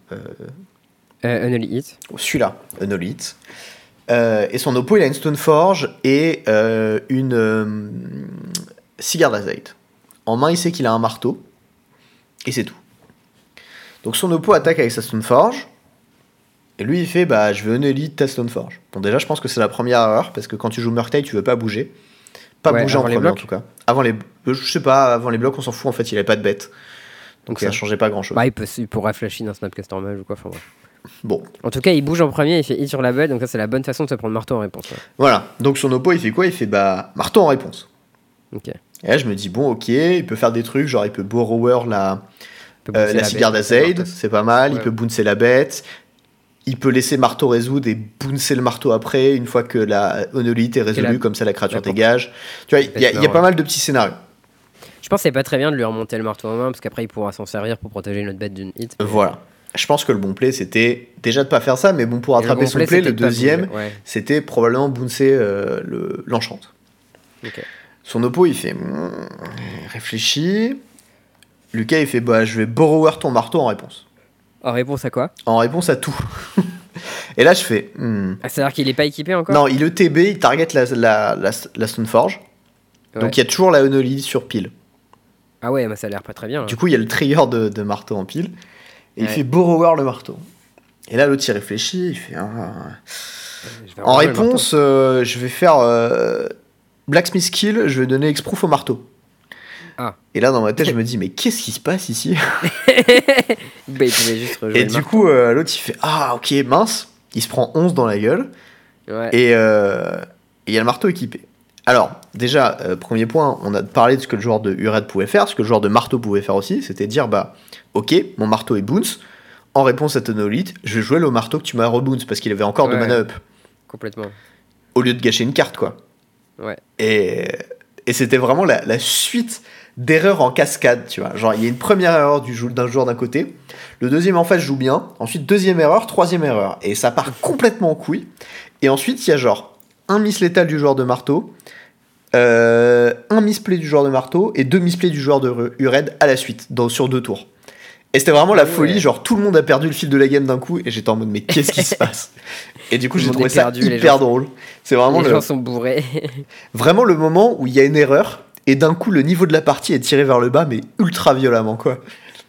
Unholy Hit. Celui-là, Unholy Hit. Et son oppo, il a une Stoneforge et une Sigurd Azade. En main, il sait qu'il a un marteau. Et c'est tout. Donc son oppo attaque avec sa Stoneforge. Et lui, il fait je veux Unholy ta Stoneforge. Bon, déjà, je pense que c'est la première erreur. Parce que quand tu joues Murktide, tu veux pas bouger. Pas bouger en premier, en tout cas. Avant les blocs, on s'en fout. En fait, il avait pas de bête. Donc ça changeait pas grand-chose. Il pourrait flasher d'un Snapcaster Mage ou quoi. Enfin, bref. Bon. En tout cas, il bouge en premier, il fait hit sur la bête, donc ça c'est la bonne façon de se prendre marteau en réponse. Ouais. Voilà, donc son oppo il fait quoi ? Il fait marteau en réponse. Ok. Et là je me dis bon ok, il peut faire des trucs, genre il peut borrower la Sigurd Azade, c'est pas mal, ouais. Il peut bouncer la bête, il peut laisser marteau résoudre et bouncer le marteau après, une fois que la Onolite est résolue, comme ça la créature dégage. Tu vois, il y a pas mal de petits scénarios. Je pense que c'est pas très bien de lui remonter le marteau en main, parce qu'après il pourra s'en servir pour protéger notre bête d'une hit. Voilà. Je pense que le bon play, c'était déjà de pas faire ça, mais bon, pour attraper son play, le deuxième, c'était probablement bouncer l'enchant. Okay. Son oppo, il fait réfléchit. Lucas, il fait je vais borrower ton marteau en réponse. En réponse à quoi ? En réponse à tout. Et là, je fais. C'est-à-dire qu'il est pas équipé encore ? Non, il ETB, il target la Stoneforge. Ouais. Donc il y a toujours la Unholy sur pile. Ah ouais, mais ça a l'air pas très bien. Là. Du coup, il y a le trigger de marteau en pile. Et il fait borrower le marteau. Et là, l'autre, il réfléchit, il fait... En réponse, je vais faire Blacksmith Kill, je vais donner Exproof au marteau. Ah. Et là, dans ma tête, je me dis, mais qu'est-ce qui se passe ici ? Il pouvait juste rejouer. Et du coup, l'autre, il fait, ok, mince. Il se prend 11 dans la gueule. Ouais. Et il y a le marteau équipé. Alors, déjà, premier point, on a parlé de ce que le joueur de Ured pouvait faire, ce que le joueur de marteau pouvait faire aussi, c'était dire, ok, mon marteau est bounce. En réponse à ton Onolith, je vais jouer le marteau que tu m'as rebounce parce qu'il avait encore de mana up. Complètement. Au lieu de gâcher une carte, quoi. Ouais. Et c'était vraiment la suite d'erreurs en cascade, tu vois. Genre, il y a une première erreur d'un joueur d'un côté, le deuxième en face joue bien, ensuite deuxième erreur, troisième erreur. Et ça part complètement en couille. Et ensuite, il y a genre un miss létal du joueur de marteau, un misplay du joueur de marteau et 2 misplays du joueur de Ured à la suite, sur 2 tours. Et c'était vraiment la folie, genre tout le monde a perdu le fil de la game d'un coup et j'étais en mode mais qu'est-ce qui se passe ? Et du coup j'ai trouvé ça hyper drôle. C'est vraiment les gens sont bourrés. Vraiment le moment où il y a une erreur et d'un coup le niveau de la partie est tiré vers le bas mais ultra violemment quoi.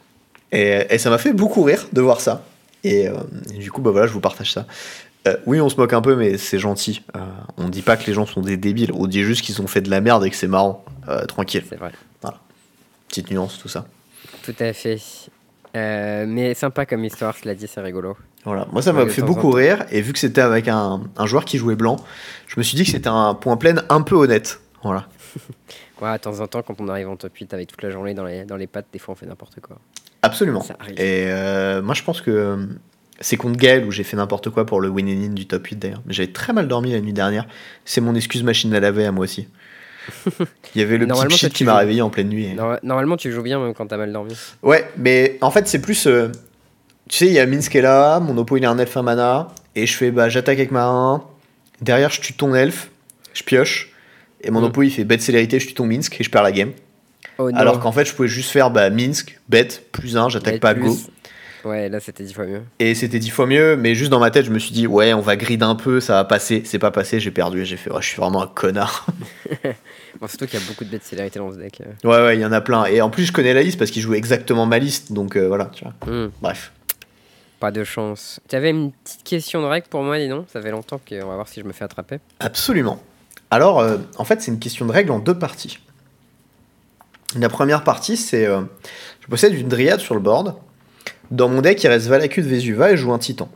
Et ça m'a fait beaucoup rire de voir ça. Et du coup voilà, je vous partage ça. Oui, on se moque un peu, mais c'est gentil. On dit pas que les gens sont des débiles. On dit juste qu'ils ont fait de la merde et que c'est marrant. Tranquille. C'est vrai. Voilà. Petite nuance, tout ça. Tout à fait. Mais sympa comme histoire, cela dit, c'est rigolo. Voilà. Moi, ça m'a fait beaucoup rire. Et vu que c'était avec un joueur qui jouait blanc, je me suis dit que c'était un point plein un peu honnête. Voilà. Ouais, de temps en temps, quand on arrive en top 8 avec toute la journée dans les pattes, des fois on fait n'importe quoi. Absolument. Et moi, je pense que c'est contre Gaël où j'ai fait n'importe quoi pour le win-in du top 8 d'ailleurs. Mais j'avais très mal dormi la nuit dernière. C'est mon excuse machine à laver à moi aussi. Il y avait le petit shit qui m'a réveillé en pleine nuit. Et... Normalement, tu joues bien même quand t'as mal dormi. Ouais, mais en fait, c'est plus... tu sais, il y a Minsk qui est là, mon oppo il est un elfe 1 mana, et je fais j'attaque avec ma 1, derrière je tue ton elfe, je pioche, et mon oppo il fait bête célérité, je tue ton Minsk, et je perds la game. Oh, alors qu'en fait, je pouvais juste faire Minsk, bête, +1, j'attaque pas go. Ouais, là c'était 10 fois mieux. Et c'était 10 fois mieux, mais juste dans ma tête, je me suis dit, ouais, on va grid un peu, ça va passer. C'est pas passé, j'ai perdu et j'ai fait, je suis vraiment un connard. Bon, surtout qu'il y a beaucoup de bêtes célérité dans ce deck. Ouais, il y en a plein. Et en plus, je connais la liste parce qu'il joue exactement ma liste, donc voilà, tu vois. Bref. Pas de chance. Tu avais une petite question de règle pour moi, dis donc. Ça fait longtemps qu'on va voir si je me fais attraper. Absolument. Alors, en fait, c'est une question de règle en 2 parties. La première partie, c'est je possède une dryade sur le board. Dans mon deck, il reste Valakut de Vesuva et je joue un titan.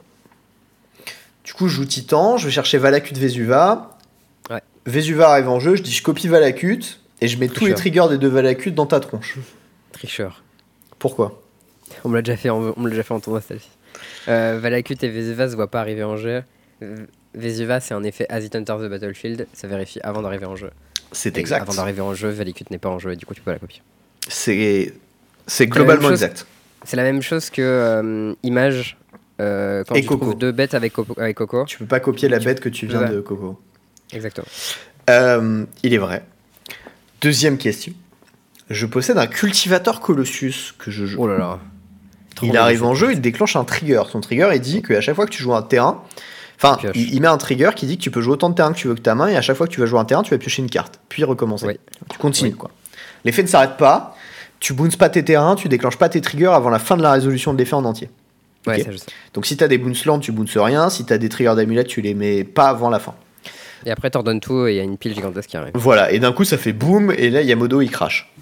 Du coup, je joue titan, je vais chercher Valakut de Vesuva. Ouais. Vesuva arrive en jeu, je dis je copie Valakut et je mets tous les triggers des 2 Valakut dans ta tronche. Tricheur. Pourquoi ? On me l'a déjà fait en tournoi celle-ci. Valakut et Vesuva se voient pas arriver en jeu. Vesuva, c'est un effet As it enters the battlefield. Ça vérifie avant d'arriver en jeu. C'est Et exact. avant d'arriver en jeu, Valakut n'est pas en jeu et du coup tu peux la copier. C'est globalement exact. C'est la même chose que Image. Quand Et tu Coco. trouves 2 bêtes avec Coco. Tu peux pas copier la bête que tu viens de Coco. Exactement. Il est vrai. Deuxième question. Je possède un cultivateur Colossus que je joue. Oh là là. Il arrive en jeu, il déclenche un trigger. Ton trigger, il dit qu'à chaque fois que tu joues un terrain, enfin, il met un trigger qui dit que tu peux jouer autant de terrains que tu veux que ta main, et à chaque fois que tu vas jouer un terrain, tu vas piocher une carte, puis recommencer. Oui. Tu continues, quoi. L'effet ne s'arrête pas, tu bounces pas tes terrains, tu déclenches pas tes triggers avant la fin de la résolution de l'effet en entier. Ouais, Okay. ça je sais. Donc si t'as des bounce lands, tu bounces rien, si t'as des triggers d'amulettes, tu les mets pas avant la fin. Et après, t'ordonnes tout et il y a une pile gigantesque qui arrive. Voilà, et d'un coup ça fait boum, et là Yamodo il crache.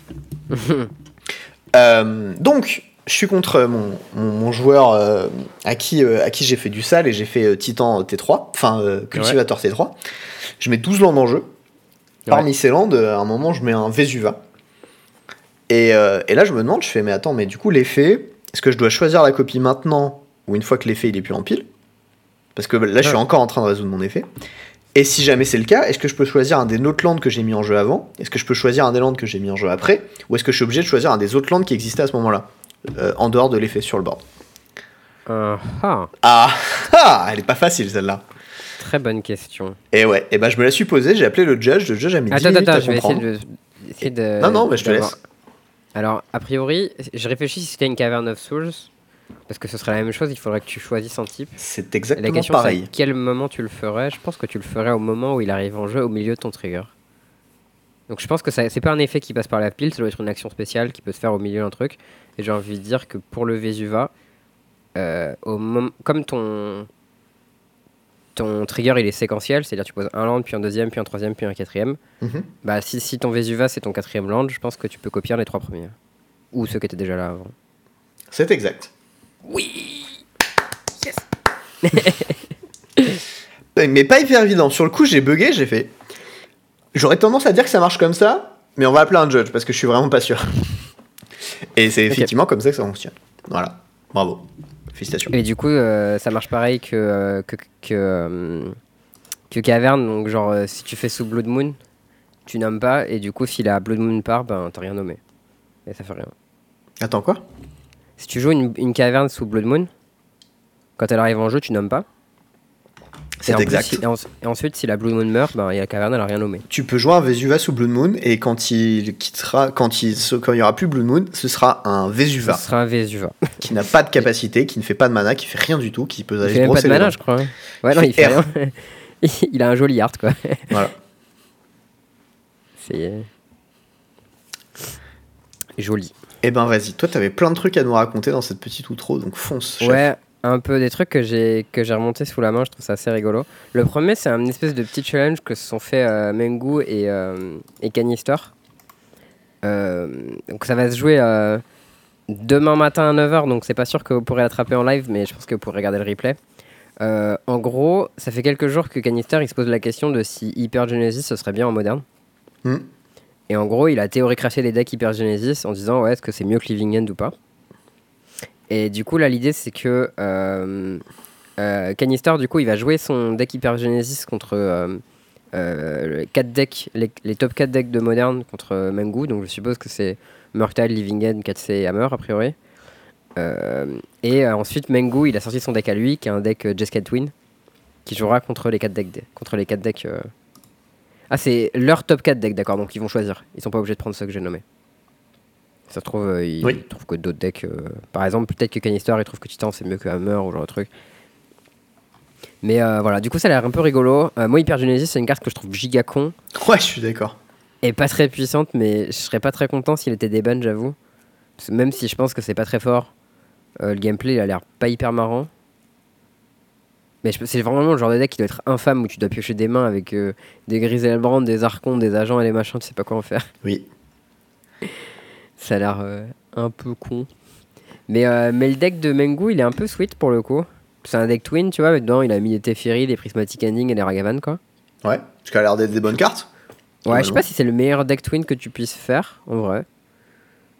Donc, je suis contre mon joueur à qui j'ai fait du sale et j'ai fait Titan T3, enfin Cultivateur T3. Je mets 12 landes en jeu. Parmi ces landes, à un moment, je mets un Vesuva. Et là, je me demande, je fais, mais attends, mais du coup, l'effet, est-ce que je dois choisir la copie maintenant ou une fois que l'effet il est plus en pile? Parce que là, je suis encore en train de résoudre mon effet. Et si jamais c'est le cas, est-ce que je peux choisir un des autres landes que j'ai mis en jeu avant? Est-ce que je peux choisir un des landes que j'ai mis en jeu après? Ou est-ce que je suis obligé de choisir un des autres landes qui existaient à ce moment-là, en dehors de l'effet sur le board? Elle est pas facile celle-là. Très bonne question. Et ouais, et ben je me la suis posée, j'ai appelé le judge a mis 10 minutes à je vais comprendre. essayer de... Non, mais je te laisse. Alors, a priori, je réfléchis si c'était une Cavern of Souls, parce que ce serait la même chose, il faudrait que tu choisisses un type. C'est Et la exactement question pareil. c'est à quel moment tu le ferais. Je pense que tu le ferais au moment où il arrive en jeu, au milieu de ton trigger. Donc je pense que c'est pas un effet qui passe par la pile, ça doit être une action spéciale qui peut se faire au milieu d'un truc. Et j'ai envie de dire que pour le Vesuva, comme ton trigger il est séquentiel, c'est-à-dire tu poses un land, puis un deuxième, puis un troisième, puis un quatrième, bah si ton Vesuva c'est ton quatrième land, je pense que tu peux copier les 3 premiers. Ou ceux qui étaient déjà là avant. C'est exact. Oui. Yes. Mais pas hyper évident. Sur le coup, j'ai bugué, j'ai fait. J'aurais tendance à dire que ça marche comme ça, mais on va appeler un judge parce que je suis vraiment pas sûr. Et c'est effectivement comme ça que ça fonctionne. Voilà. Bravo. Félicitations. Et du coup, ça marche pareil que Cavern. Donc, genre, si tu fais sous Blood Moon, tu nommes pas. Et du coup, si la Blood Moon part, ben, t'as rien nommé. Et ça fait rien. Attends, quoi? Si tu joues une Cavern sous Blood Moon, quand elle arrive en jeu, tu nommes pas. C'est exact. Et ensuite, si la Blood Moon meurt, ben, la Cavern, elle a rien nommé. Tu peux jouer un Vesuva sous Blood Moon et quand il quittera, quand il y aura plus Blood Moon, ce sera un Vesuva. Ce sera un Vesuva. Qui n'a pas de capacité, qui ne fait pas de mana, qui fait rien du tout, qui peut aller Il fait même pas de mana, je crois. Ouais, non, il fait rien. Il a un joli art, quoi. Voilà. C'est joli. Eh ben vas-y, toi t'avais plein de trucs à nous raconter dans cette petite outro, donc fonce. Chef. Ouais, un peu des trucs que j'ai remonté sous la main, je trouve ça assez rigolo. Le premier, c'est un espèce de petit challenge que se sont fait Mengu et Canister. Donc ça va se jouer demain matin à 9h, donc c'est pas sûr que vous pourrez l'attraper en live, mais je pense que vous pourrez regarder le replay. En gros, ça fait quelques jours que Canister il se pose la question de si Hyper Genesis ce serait bien en moderne. Et en gros, il a théorie-craché les decks Hyper Genesis en disant ouais, est-ce que c'est mieux que Living End ou pas. Et du coup, là, l'idée c'est que Canister, du coup, il va jouer son deck Hyper Genesis contre 4 decks, les top 4 decks de moderne contre Mengu. Donc je suppose que c'est Murktide, Living End, 4C et Hammer a priori. Et ensuite, Mengu, il a sorti son deck à lui, qui est un deck Jeskai Twin, qui jouera contre les 4 decks. Ah, c'est leur top 4 deck, d'accord, donc ils vont choisir. Ils sont pas obligés de prendre ceux que j'ai nommés. Ça se trouve, ils trouvent que d'autres decks... par exemple, peut-être que Canister, il trouve que Titan, c'est mieux que Hammer ou genre de truc. Mais voilà, du coup, ça a l'air un peu rigolo. Moi, Hyper Genesis, c'est une carte que je trouve giga con. Ouais, je suis d'accord. Et pas très puissante, mais je serais pas très content s'il était déban, j'avoue. Parce que même si je pense que c'est pas très fort, le gameplay, il a l'air pas hyper marrant. Mais c'est vraiment le genre de deck qui doit être infâme, où tu dois piocher des mains avec des Griselbrand, des Archons, des agents et des machins, tu sais pas quoi en faire. Oui. Ça a l'air un peu con. Mais le deck de Mengu, il est un peu sweet pour le coup. C'est un deck twin, tu vois, mais dedans il a mis des Teferi, des Prismatic Ending et des Ragavan, quoi. Ouais, parce qu'elle a l'air d'être des bonnes cartes. Ouais, je sais pas si c'est le meilleur deck twin que tu puisses faire, en vrai.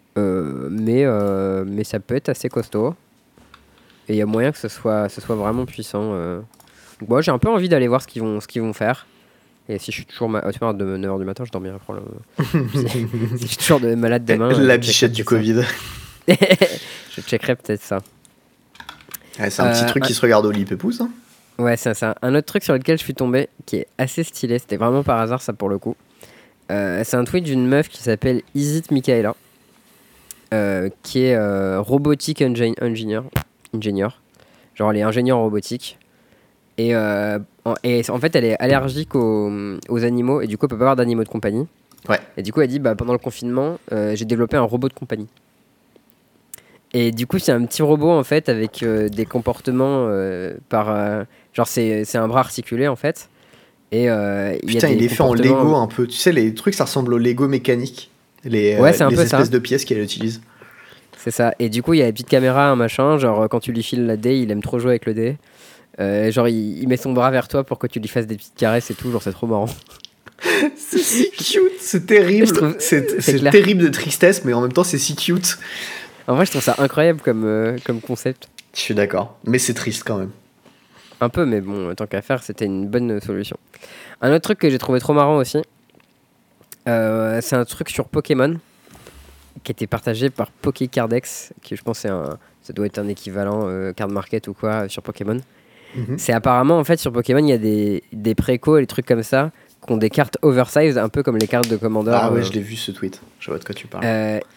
Mais ça peut être assez costaud. Et il y a moyen que ce soit vraiment puissant. Donc moi, j'ai un peu envie d'aller voir ce qu'ils vont faire. Et si je suis toujours tu vois, de 9h du matin, je dormirai probablement. Si je suis toujours malade demain. La bichette du Covid. Je checkerai peut-être ça. Ouais, c'est un petit truc qui se regarde au lit, Pépouze. Hein. Ouais, c'est ça. Un autre truc sur lequel je suis tombé, qui est assez stylé, c'était vraiment par hasard ça pour le coup. C'est un tweet d'une meuf qui s'appelle Isit Michaela, qui est robotic engineer. Genre elle est ingénieure en robotique. Et en fait elle est allergique aux animaux et du coup elle peut pas avoir d'animaux de compagnie. Ouais. Et du coup elle dit pendant le confinement j'ai développé un robot de compagnie. Et du coup c'est un petit robot en fait avec des comportements genre c'est un bras articulé en fait. Et putain, il est fait en Lego un peu. Tu sais, les trucs, ça ressemble au Lego mécanique. Ouais, c'est un peu espèces ça. de pièces qu'elle utilise. C'est ça. Et du coup, il y a des petites caméras, un machin. Genre, quand tu lui files la dé, il aime trop jouer avec le dé. Genre, il met son bras vers toi pour que tu lui fasses des petites caresses et tout. Genre, c'est trop marrant. C'est si cute, c'est terrible. C'est terrible de tristesse, mais en même temps, c'est si cute. En vrai, je trouve ça incroyable comme concept. Je suis d'accord. Mais c'est triste quand même. Un peu, mais bon, tant qu'à faire, c'était une bonne solution. Un autre truc que j'ai trouvé trop marrant aussi, c'est un truc sur Pokémon qui était partagé par Pokécardex, qui je pense ça doit être un équivalent card market ou quoi sur Pokémon. Mm-hmm. C'est apparemment en fait sur Pokémon il y a des précos et des trucs comme ça qui ont des cartes oversize un peu comme les cartes de Commander. Ah ouais, je l'ai vu ce tweet. Je vois de quoi tu parles.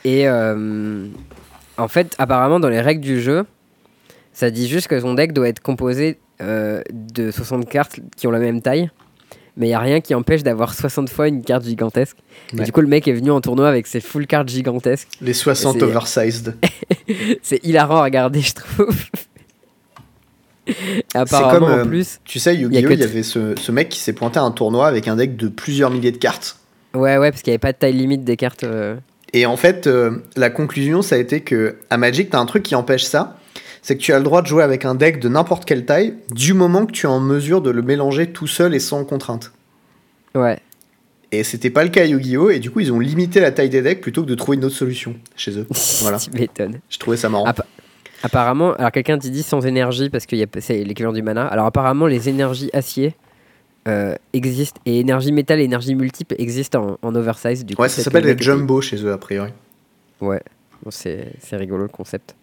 En fait apparemment dans les règles du jeu ça dit juste que ton deck doit être composé de 60 cartes qui ont la même taille. Mais il n'y a rien qui empêche d'avoir 60 fois une carte gigantesque. Ouais. Et du coup, le mec est venu en tournoi avec ses full cartes gigantesques. Les 60 oversized. C'est hilarant à regarder, je trouve. Apparemment, c'est comme, en plus... Tu sais, Yu-Gi-Oh! Il y avait ce mec qui s'est pointé à un tournoi avec un deck de plusieurs milliers de cartes. Ouais, parce qu'il n'y avait pas de taille limite des cartes. Et en fait, la conclusion, ça a été qu'à Magic, tu as un truc qui empêche ça. C'est que tu as le droit de jouer avec un deck de n'importe quelle taille, du moment que tu es en mesure de le mélanger tout seul et sans contrainte. Ouais. Et c'était pas le cas à Yu-Gi-Oh! Et du coup, ils ont limité la taille des decks plutôt que de trouver une autre solution chez eux. Voilà. Tu m'étonnes. Je trouvais ça marrant. Apparemment, alors quelqu'un dit sans énergie, parce que c'est l'équivalent du mana. Alors apparemment, les énergies acier existent, et énergie métal et énergie multiple existent en oversize. Du coup, ouais, ça s'appelle les jumbo chez eux, a priori. Ouais, bon, c'est rigolo le concept.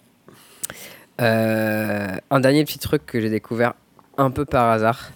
Un dernier petit truc que j'ai découvert un peu par hasard,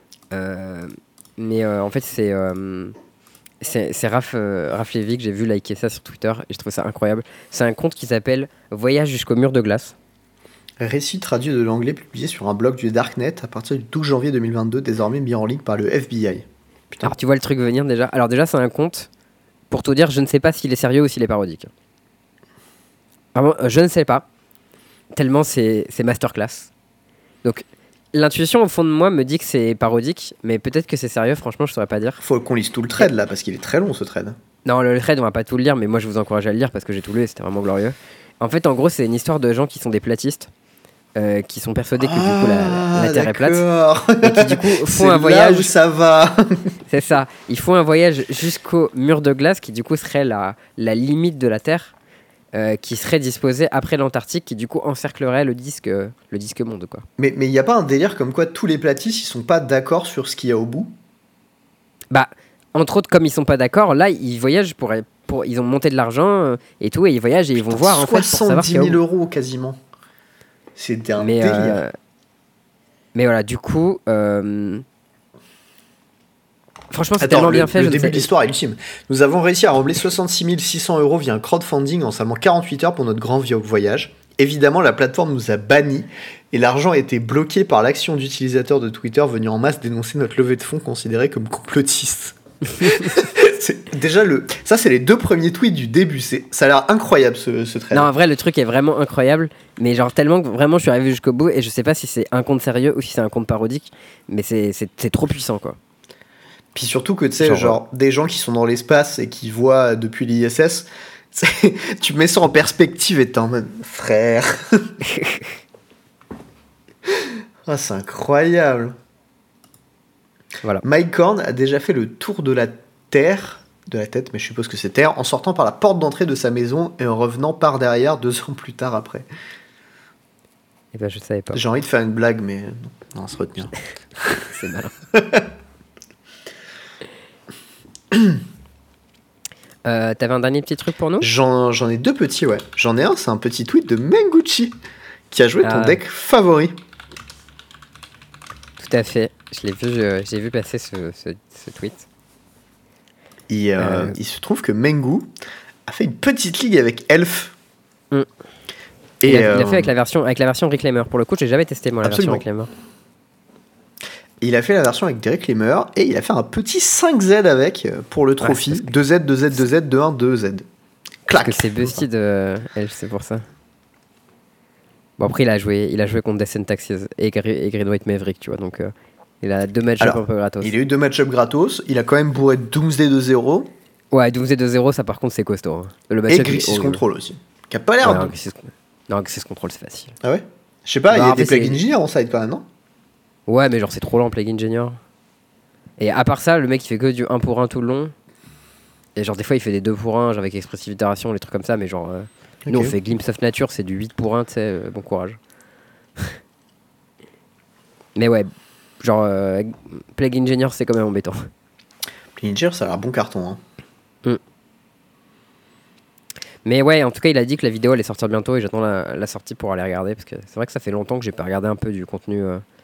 mais en fait c'est Raph Lévy que j'ai vu liker ça sur Twitter et je trouve ça incroyable. C'est un compte qui s'appelle Voyage jusqu'au mur de glace. Récit traduit de l'anglais publié sur un blog du Darknet à partir du 12 janvier 2022, désormais mis en ligne par le FBI. Putain. Alors tu vois le truc venir déjà. Alors déjà c'est un compte, pour tout dire, je ne sais pas s'il est sérieux ou s'il est parodique. Vraiment, je ne sais pas. Tellement c'est masterclass. Donc l'intuition au fond de moi me dit que c'est parodique, mais peut-être que c'est sérieux, franchement je saurais pas dire. Faut qu'on lise tout le thread là, parce qu'il est très long ce thread. Non, le thread on va pas tout le lire, mais moi je vous encourage à le lire parce que j'ai tout lu et c'était vraiment glorieux. En fait en gros c'est une histoire de gens qui sont des platistes, qui sont persuadés que du coup la Terre est plate. Et qui du coup font un voyage... là où ça va. C'est ça, ils font un voyage jusqu'au mur de glace qui du coup serait la limite de la Terre. Qui serait disposé après l'Antarctique, qui du coup encerclerait le disque monde, quoi. Mais il n'y a pas un délire comme quoi tous les platistes ils sont pas d'accord sur ce qu'il y a au bout? Bah, entre autres, comme ils sont pas d'accord, là ils voyagent ils ont monté de l'argent et tout, et ils voyagent et ils vont voir en fait pour savoir 70 000 € quasiment. C'était un délire. Mais voilà, du coup. Franchement, c'est tellement bien fait. Le début de l'histoire est ultime. Nous avons réussi à rembler 66 600 € via un crowdfunding en seulement 48 heures pour notre grand voyage. Évidemment, la plateforme nous a bannis et l'argent a été bloqué par l'action d'utilisateurs de Twitter venus en masse dénoncer notre levée de fonds considérée comme complotiste. Déjà, ça, c'est les 2 premiers tweets du début. Ça a l'air incroyable ce thread. Non, en vrai, le truc est vraiment incroyable. Mais genre, tellement que vraiment, je suis arrivé jusqu'au bout et je sais pas si c'est un compte sérieux ou si c'est un compte parodique. Mais c'est trop puissant, quoi. Puis surtout que, tu sais, genre, des gens qui sont dans l'espace et qui voient depuis l'ISS, tu mets ça en perspective et t'es en mode frère. Ah, c'est incroyable. Voilà. Mike Horn a déjà fait le tour de la Terre de la tête, mais je suppose que c'est terre, en sortant par la porte d'entrée de sa maison et en revenant par derrière 2 ans plus tard après. Et ben je savais pas. J'ai envie de faire une blague, mais non, on se retenir. C'est malin. T'avais un dernier petit truc pour nous? J'en ai 2 petits, ouais. J'en ai un, c'est un petit tweet de Menguchi qui a joué ton deck favori. Tout à fait. J'ai vu passer ce tweet. Il se trouve que Mengu a fait une petite ligue avec Elf. Et il a fait avec la version Reclaimer. Pour le coup, j'ai jamais testé moi la Absolument. version Reclaimer. Il a fait la version avec des Reclaimer et il a fait un petit 5Z avec pour le trophy. 2Z, 2Z, 2Z, 2-1, 2Z. Clac. Parce que c'est busted Elf, c'est pour ça. Bon, après, il a joué contre Descent Taxes et Green White Maverick, tu vois. Donc, il a 2 match-ups un peu gratos. Il a eu 2 match-ups gratos. Il a quand même bourré Doomsday 2-0. Ouais, Doomsday 2-0, ça par contre, c'est costaud. Hein. Le match-up et Grixis Control aussi. Qui a pas l'air. Non, Grixis Control, c'est facile. Ah ouais? Je sais pas, il y a des Plague Engineer en side quand même, non? Ouais, mais genre, c'est trop lent, Plague Engineer. Et à part ça, le mec, il fait que du 1 pour 1 tout le long. Et genre, des fois, il fait des 2 pour 1, genre avec Expressive Itération, les trucs comme ça, mais genre. Nous, on fait Glimpse of Nature, c'est du 8 pour 1, tu sais, bon courage. Mais ouais, genre, Plague Engineer, c'est quand même embêtant. Plague Engineer, ça a l'air bon carton. Hein. Mais ouais, en tout cas, il a dit que la vidéo allait sortir bientôt et j'attends la sortie pour aller regarder parce que c'est vrai que ça fait longtemps que j'ai pas regardé un peu du contenu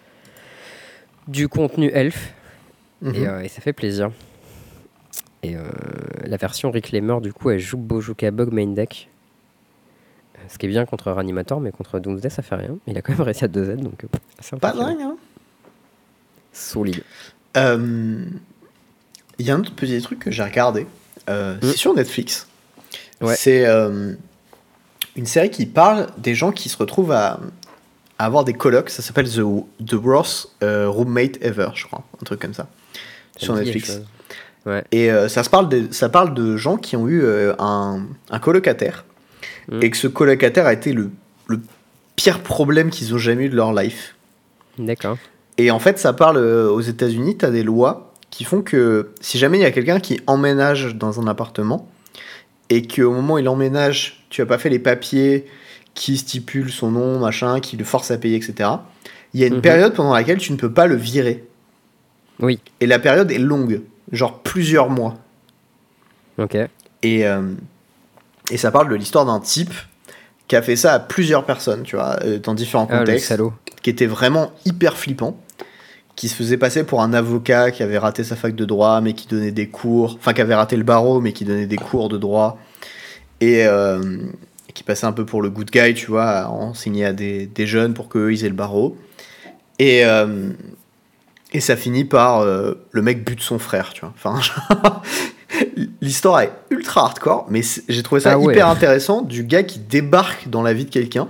Elf et ça fait plaisir. Et la version Reclaimer, du coup, elle joue Bojuka Bug main deck. Ce qui est bien contre Ranimator, mais contre Doomsday, ça fait rien. Il a quand même réussi à 2Z, donc c'est pas dingue, hein. Solide. Il y a un autre petit truc que j'ai regardé. C'est sur Netflix. Ouais. C'est une série qui parle des gens qui se retrouvent à avoir des colocs. Ça s'appelle The Worst Roommate Ever, je crois. Un truc comme ça. Sur Netflix. Ouais. Et ça parle de gens qui ont eu un colocataire. Et que ce colocataire a été le pire problème qu'ils ont jamais eu de leur life. D'accord. Et en fait, ça parle aux États-Unis, tu as des lois qui font que si jamais il y a quelqu'un qui emménage dans un appartement et qu'au moment où il emménage, tu n'as pas fait les papiers qui stipulent son nom, machin, qui le force à payer, etc., il y a une période pendant laquelle tu ne peux pas le virer. Oui. Et la période est longue, genre plusieurs mois. Ok. Et ça parle de l'histoire d'un type qui a fait ça à plusieurs personnes, tu vois, dans différents contextes, le salaud. Qui était vraiment hyper flippant, qui se faisait passer pour un avocat qui avait raté sa fac de droit, mais qui donnait des cours, enfin qui avait raté le barreau, mais qui donnait des cours de droit, et qui passait un peu pour le good guy, tu vois, à enseigner à des jeunes pour qu'eux, ils aient le barreau. Et ça finit par le mec bute son frère, tu vois. Enfin, l'histoire est ultra hardcore, mais j'ai trouvé ça hyper intéressant, du gars qui débarque dans la vie de quelqu'un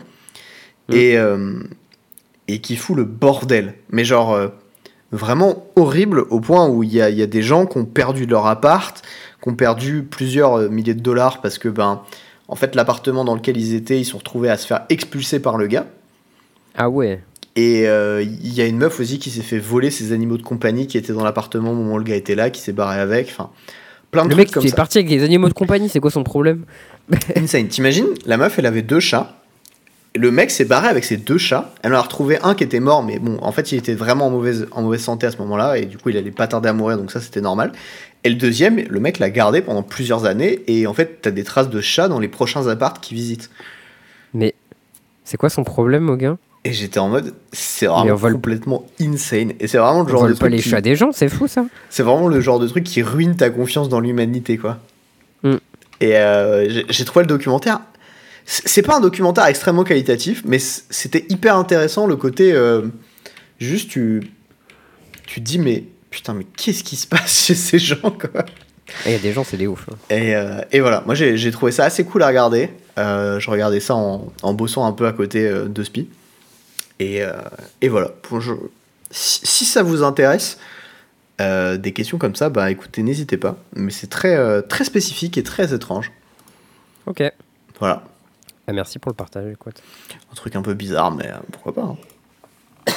et qui fout le bordel. Mais genre, vraiment horrible, au point où il y a des gens qui ont perdu leur appart, qui ont perdu plusieurs milliers de dollars parce que, en fait, l'appartement dans lequel ils étaient, ils se sont retrouvés à se faire expulser par le gars. Ah ouais. Et il y a une meuf aussi qui s'est fait voler ses animaux de compagnie qui étaient dans l'appartement au moment où le gars était là, qui s'est barré avec, enfin... Plein de le trucs mec comme qui ça. est parti avec des animaux de compagnie, c'est quoi son problème? Insane. T'imagines, la meuf, elle avait 2 chats. Le mec s'est barré avec ses 2 chats. Elle en a retrouvé un qui était mort, mais bon, en fait, il était vraiment en mauvaise santé à ce moment-là, et du coup, il allait pas tarder à mourir, donc ça, c'était normal. Et le deuxième, le mec l'a gardé pendant plusieurs années, et en fait, t'as des traces de chats dans les prochains apparts qu'il visite. Mais c'est quoi son problème, au gars? Et j'étais en mode, c'est vraiment complètement insane. Et c'est vraiment le genre de truc. On vole pas les chats des gens, c'est fou ça. C'est vraiment le genre de truc qui ruine ta confiance dans l'humanité, quoi. Et j'ai trouvé le documentaire. C'est pas un documentaire extrêmement qualitatif, mais c'était hyper intéressant le côté. Juste, tu te dis, mais putain, mais qu'est-ce qui se passe chez ces gens, quoi. Il y a des gens, c'est des ouf. Hein. Et voilà, moi j'ai trouvé ça assez cool à regarder. Je regardais ça en bossant un peu à côté de Spi. Et voilà. Si ça vous intéresse, des questions comme ça, écoutez, n'hésitez pas. Mais c'est très, très spécifique et très étrange. Ok. Voilà. Merci pour le partage, écoute. Un truc un peu bizarre, mais pourquoi pas. Hein.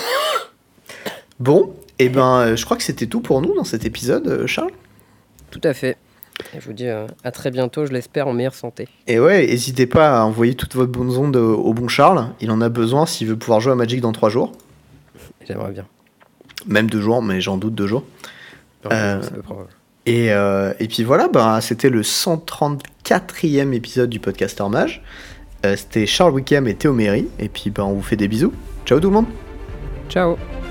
Bon, je crois que c'était tout pour nous dans cet épisode, Charles. Tout à fait. Et je vous dis à très bientôt, je l'espère, en meilleure santé. Et ouais, n'hésitez pas à envoyer toutes votre bonnes ondes au bon Charles. Il en a besoin s'il veut pouvoir jouer à Magic dans 3 jours. J'aimerais bien. Même 2 jours, mais j'en doute 2 jours. C'est peu probable. Et puis voilà, c'était le 134e épisode du Podcaster Mage. C'était Charles Wickham et Théo Méry. Et puis on vous fait des bisous. Ciao tout le monde. Ciao.